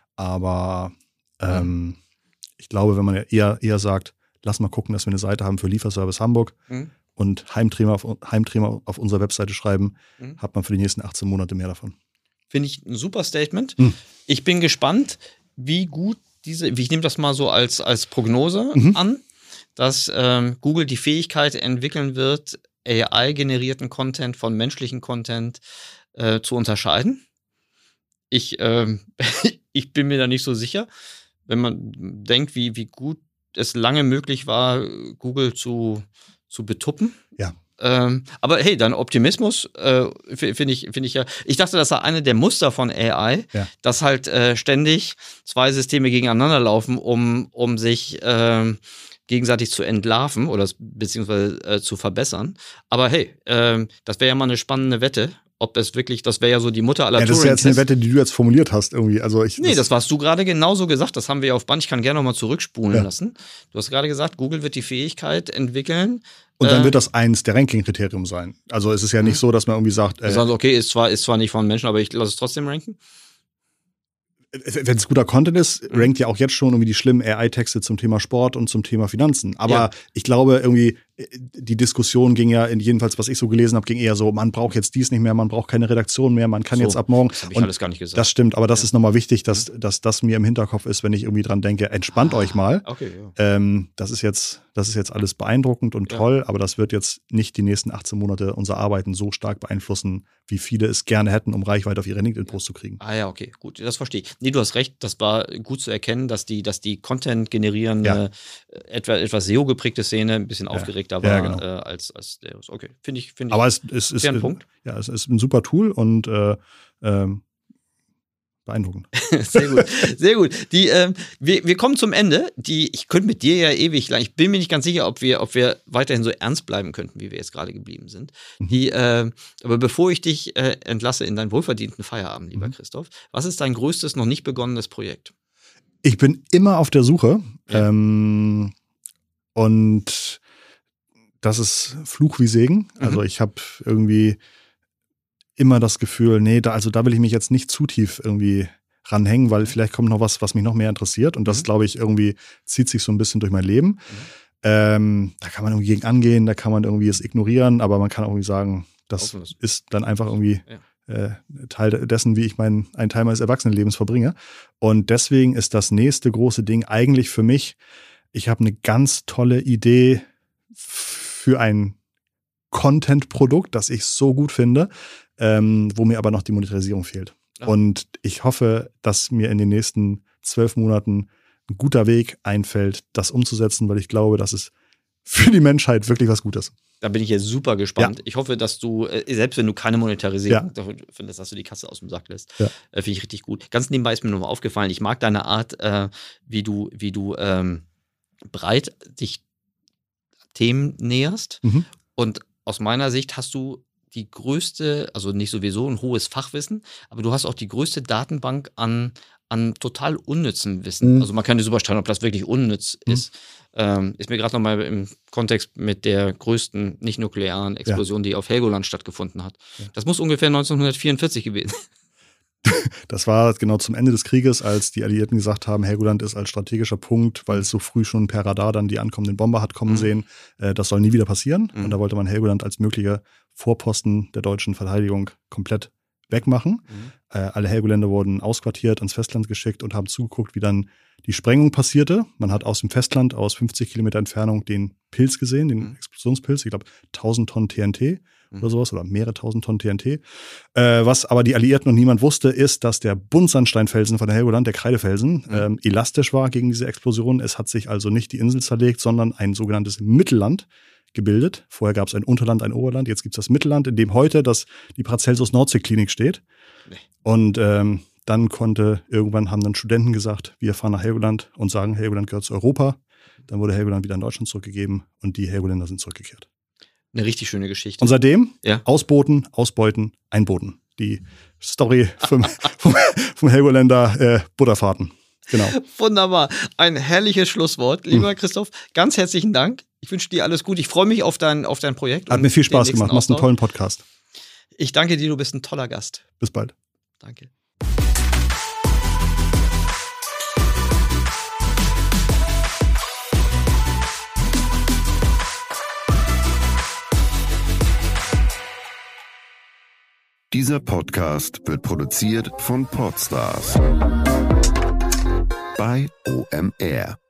Aber ähm, mhm. ich glaube, wenn man ja eher, eher sagt, lass mal gucken, dass wir eine Seite haben für Lieferservice Hamburg mhm. und Heimtrainer auf, Heimtrainer auf unserer Webseite schreiben, mhm. hat man für die nächsten achtzehn Monate mehr davon. Finde ich ein super Statement. Mhm. Ich bin gespannt, wie gut diese, ich nehme das mal so als, als Prognose mhm. an, dass ähm, Google die Fähigkeit entwickeln wird, A I-generierten Content von menschlichen Content äh, zu unterscheiden. Ich, ähm, ich bin mir da nicht so sicher. Wenn man denkt, wie, wie gut es lange möglich war, Google zu, zu betuppen. Ja. Ähm, aber hey, dein Optimismus äh, finde ich, finde ich ja. Ich dachte, das war eine der Muster von A I, ja. dass halt äh, ständig zwei Systeme gegeneinander laufen, um, um sich äh, gegenseitig zu entlarven oder beziehungsweise äh, zu verbessern. Aber hey, äh, das wäre ja mal eine spannende Wette. Ob es wirklich, das wäre ja so die Mutter aller Turing-Tests. Ja, das ist ja jetzt eine Wette, die du jetzt formuliert hast irgendwie. Also ich, nee, das, das hast du gerade genauso gesagt. Das haben wir ja auf Band. Ich kann gerne nochmal zurückspulen ja. lassen. Du hast gerade gesagt, Google wird die Fähigkeit entwickeln. Und dann äh, wird das eins der Ranking-Kriterien sein. Also es ist ja nicht so, dass man irgendwie sagt, äh, also okay, ist zwar, ist zwar nicht von Menschen, aber ich lasse es trotzdem ranken. Wenn es guter Content ist, rankt ja auch jetzt schon irgendwie die schlimmen A I-Texte zum Thema Sport und zum Thema Finanzen. Aber ja. ich glaube irgendwie, die Diskussion ging ja, jedenfalls was ich so gelesen habe, ging eher so, man braucht jetzt dies nicht mehr, man braucht keine Redaktion mehr, man kann so, jetzt ab morgen. Das habe ich und alles gar nicht gesagt. Das stimmt, aber das ja. ist nochmal wichtig, dass, dass das mir im Hinterkopf ist, wenn ich irgendwie dran denke, entspannt ah, euch mal. Okay, ja. ähm, das ist jetzt, das ist jetzt alles beeindruckend und toll, ja. aber das wird jetzt nicht die nächsten achtzehn Monate unser Arbeiten so stark beeinflussen, wie viele es gerne hätten, um Reichweite auf ihre LinkedIn-Posts zu kriegen. Ah ja, okay, gut, das verstehe ich. Nee, du hast recht, das war gut zu erkennen, dass die, dass die Content generierende, ja. etwa, etwas S E O-geprägte Szene ein bisschen ja. aufgeregter war. Ja, genau. äh, als, als der. Okay, finde ich, finde ich. Aber es, es ist ein Punkt. Ja, es ist ein super Tool und äh, ähm, beeindruckend. Sehr gut, sehr gut. Die, ähm, wir, wir kommen zum Ende. Die, ich könnte mit dir ja ewig lang. Ich bin mir nicht ganz sicher, ob wir, ob wir weiterhin so ernst bleiben könnten, wie wir jetzt gerade geblieben sind. Mhm. Die, äh, aber bevor ich dich äh, entlasse in deinen wohlverdienten Feierabend, lieber mhm. Christoph, was ist dein größtes, noch nicht begonnenes Projekt? Ich bin immer auf der Suche. Ja. Ähm, und das ist Fluch wie Segen. Mhm. Also ich habe irgendwie immer das Gefühl, nee, da, also da will ich mich jetzt nicht zu tief irgendwie ranhängen, weil vielleicht kommt noch was, was mich noch mehr interessiert. Und das, mhm. glaube ich, irgendwie zieht sich so ein bisschen durch mein Leben. Mhm. Ähm, da kann man irgendwie gegen angehen, da kann man irgendwie es ignorieren, aber man kann auch irgendwie sagen, das Auflösen. Ist dann einfach irgendwie ja. äh, Teil dessen, wie ich mein, einen Teil meines Erwachsenenlebens verbringe. Und deswegen ist das nächste große Ding eigentlich für mich, ich habe eine ganz tolle Idee für ein Content-Produkt, das ich so gut finde, ähm, wo mir aber noch die Monetarisierung fehlt. Ja. Und ich hoffe, dass mir in den nächsten zwölf Monaten ein guter Weg einfällt, das umzusetzen, weil ich glaube, dass es für die Menschheit wirklich was Gutes. Da bin ich jetzt super gespannt. Ja. Ich hoffe, dass du, selbst wenn du keine Monetarisierung ja. findest, dass du die Kasse aus dem Sack lässt, ja. äh, finde ich richtig gut. Ganz nebenbei ist mir nochmal aufgefallen, ich mag deine Art, äh, wie du, wie du ähm, breit dich Themen näherst. Mhm. Und aus meiner Sicht hast du die größte, also nicht sowieso ein hohes Fachwissen, aber du hast auch die größte Datenbank an, an total unnützen Wissen. Mhm. Also man kann nicht super streiten, ob das wirklich unnütz mhm. ist. Ähm, ist mir gerade nochmal im Kontext mit der größten nicht-nuklearen Explosion, ja. die auf Helgoland stattgefunden hat. Ja. Das muss ungefähr neunzehnhundertvierundvierzig gewesen sein. Das war genau zum Ende des Krieges, als die Alliierten gesagt haben, Helgoland ist als strategischer Punkt, weil es so früh schon per Radar dann die ankommenden Bomber hat kommen mhm. sehen. Äh, das soll nie wieder passieren. Mhm. Und da wollte man Helgoland als möglicher Vorposten der deutschen Verteidigung komplett wegmachen. Mhm. Äh, alle Helgoländer wurden ausquartiert, ans Festland geschickt und haben zugeguckt, wie dann die Sprengung passierte. Man hat aus dem Festland, aus fünfzig Kilometer Entfernung, den Pilz gesehen, den mhm. Explosionspilz. Ich glaube, tausend Tonnen T N T mhm. oder sowas oder mehrere tausend Tonnen T N T. Äh, was aber die Alliierten und niemand wusste, ist, dass der Buntsandsteinfelsen von der Helgoland, der Kreidefelsen, mhm. ähm, elastisch war gegen diese Explosion. Es hat sich also nicht die Insel zerlegt, sondern ein sogenanntes Mittelland gebildet. Vorher gab es ein Unterland, ein Oberland, jetzt gibt es das Mittelland, in dem heute das, die Paracelsus Nordsee-Klinik steht. Nee. Und ähm, dann konnte, irgendwann haben dann Studenten gesagt, wir fahren nach Helgoland und sagen, Helgoland gehört zu Europa. Dann wurde Helgoland wieder in Deutschland zurückgegeben und die Helgoländer sind zurückgekehrt. Eine richtig schöne Geschichte. Und seitdem ja. Ausboten, Ausbeuten, Einboten. Die Story vom, vom, vom Helgoländer äh, Butterfahrten. Genau. Wunderbar. Ein herrliches Schlusswort. Lieber hm. Christoph, ganz herzlichen Dank. Ich wünsche dir alles gut. Ich freue mich auf dein, auf dein Projekt. Hat mir viel Spaß gemacht. Machst einen tollen Podcast. Ich danke dir, du bist ein toller Gast. Bis bald. Danke. Dieser Podcast wird produziert von Podstars bei O M R.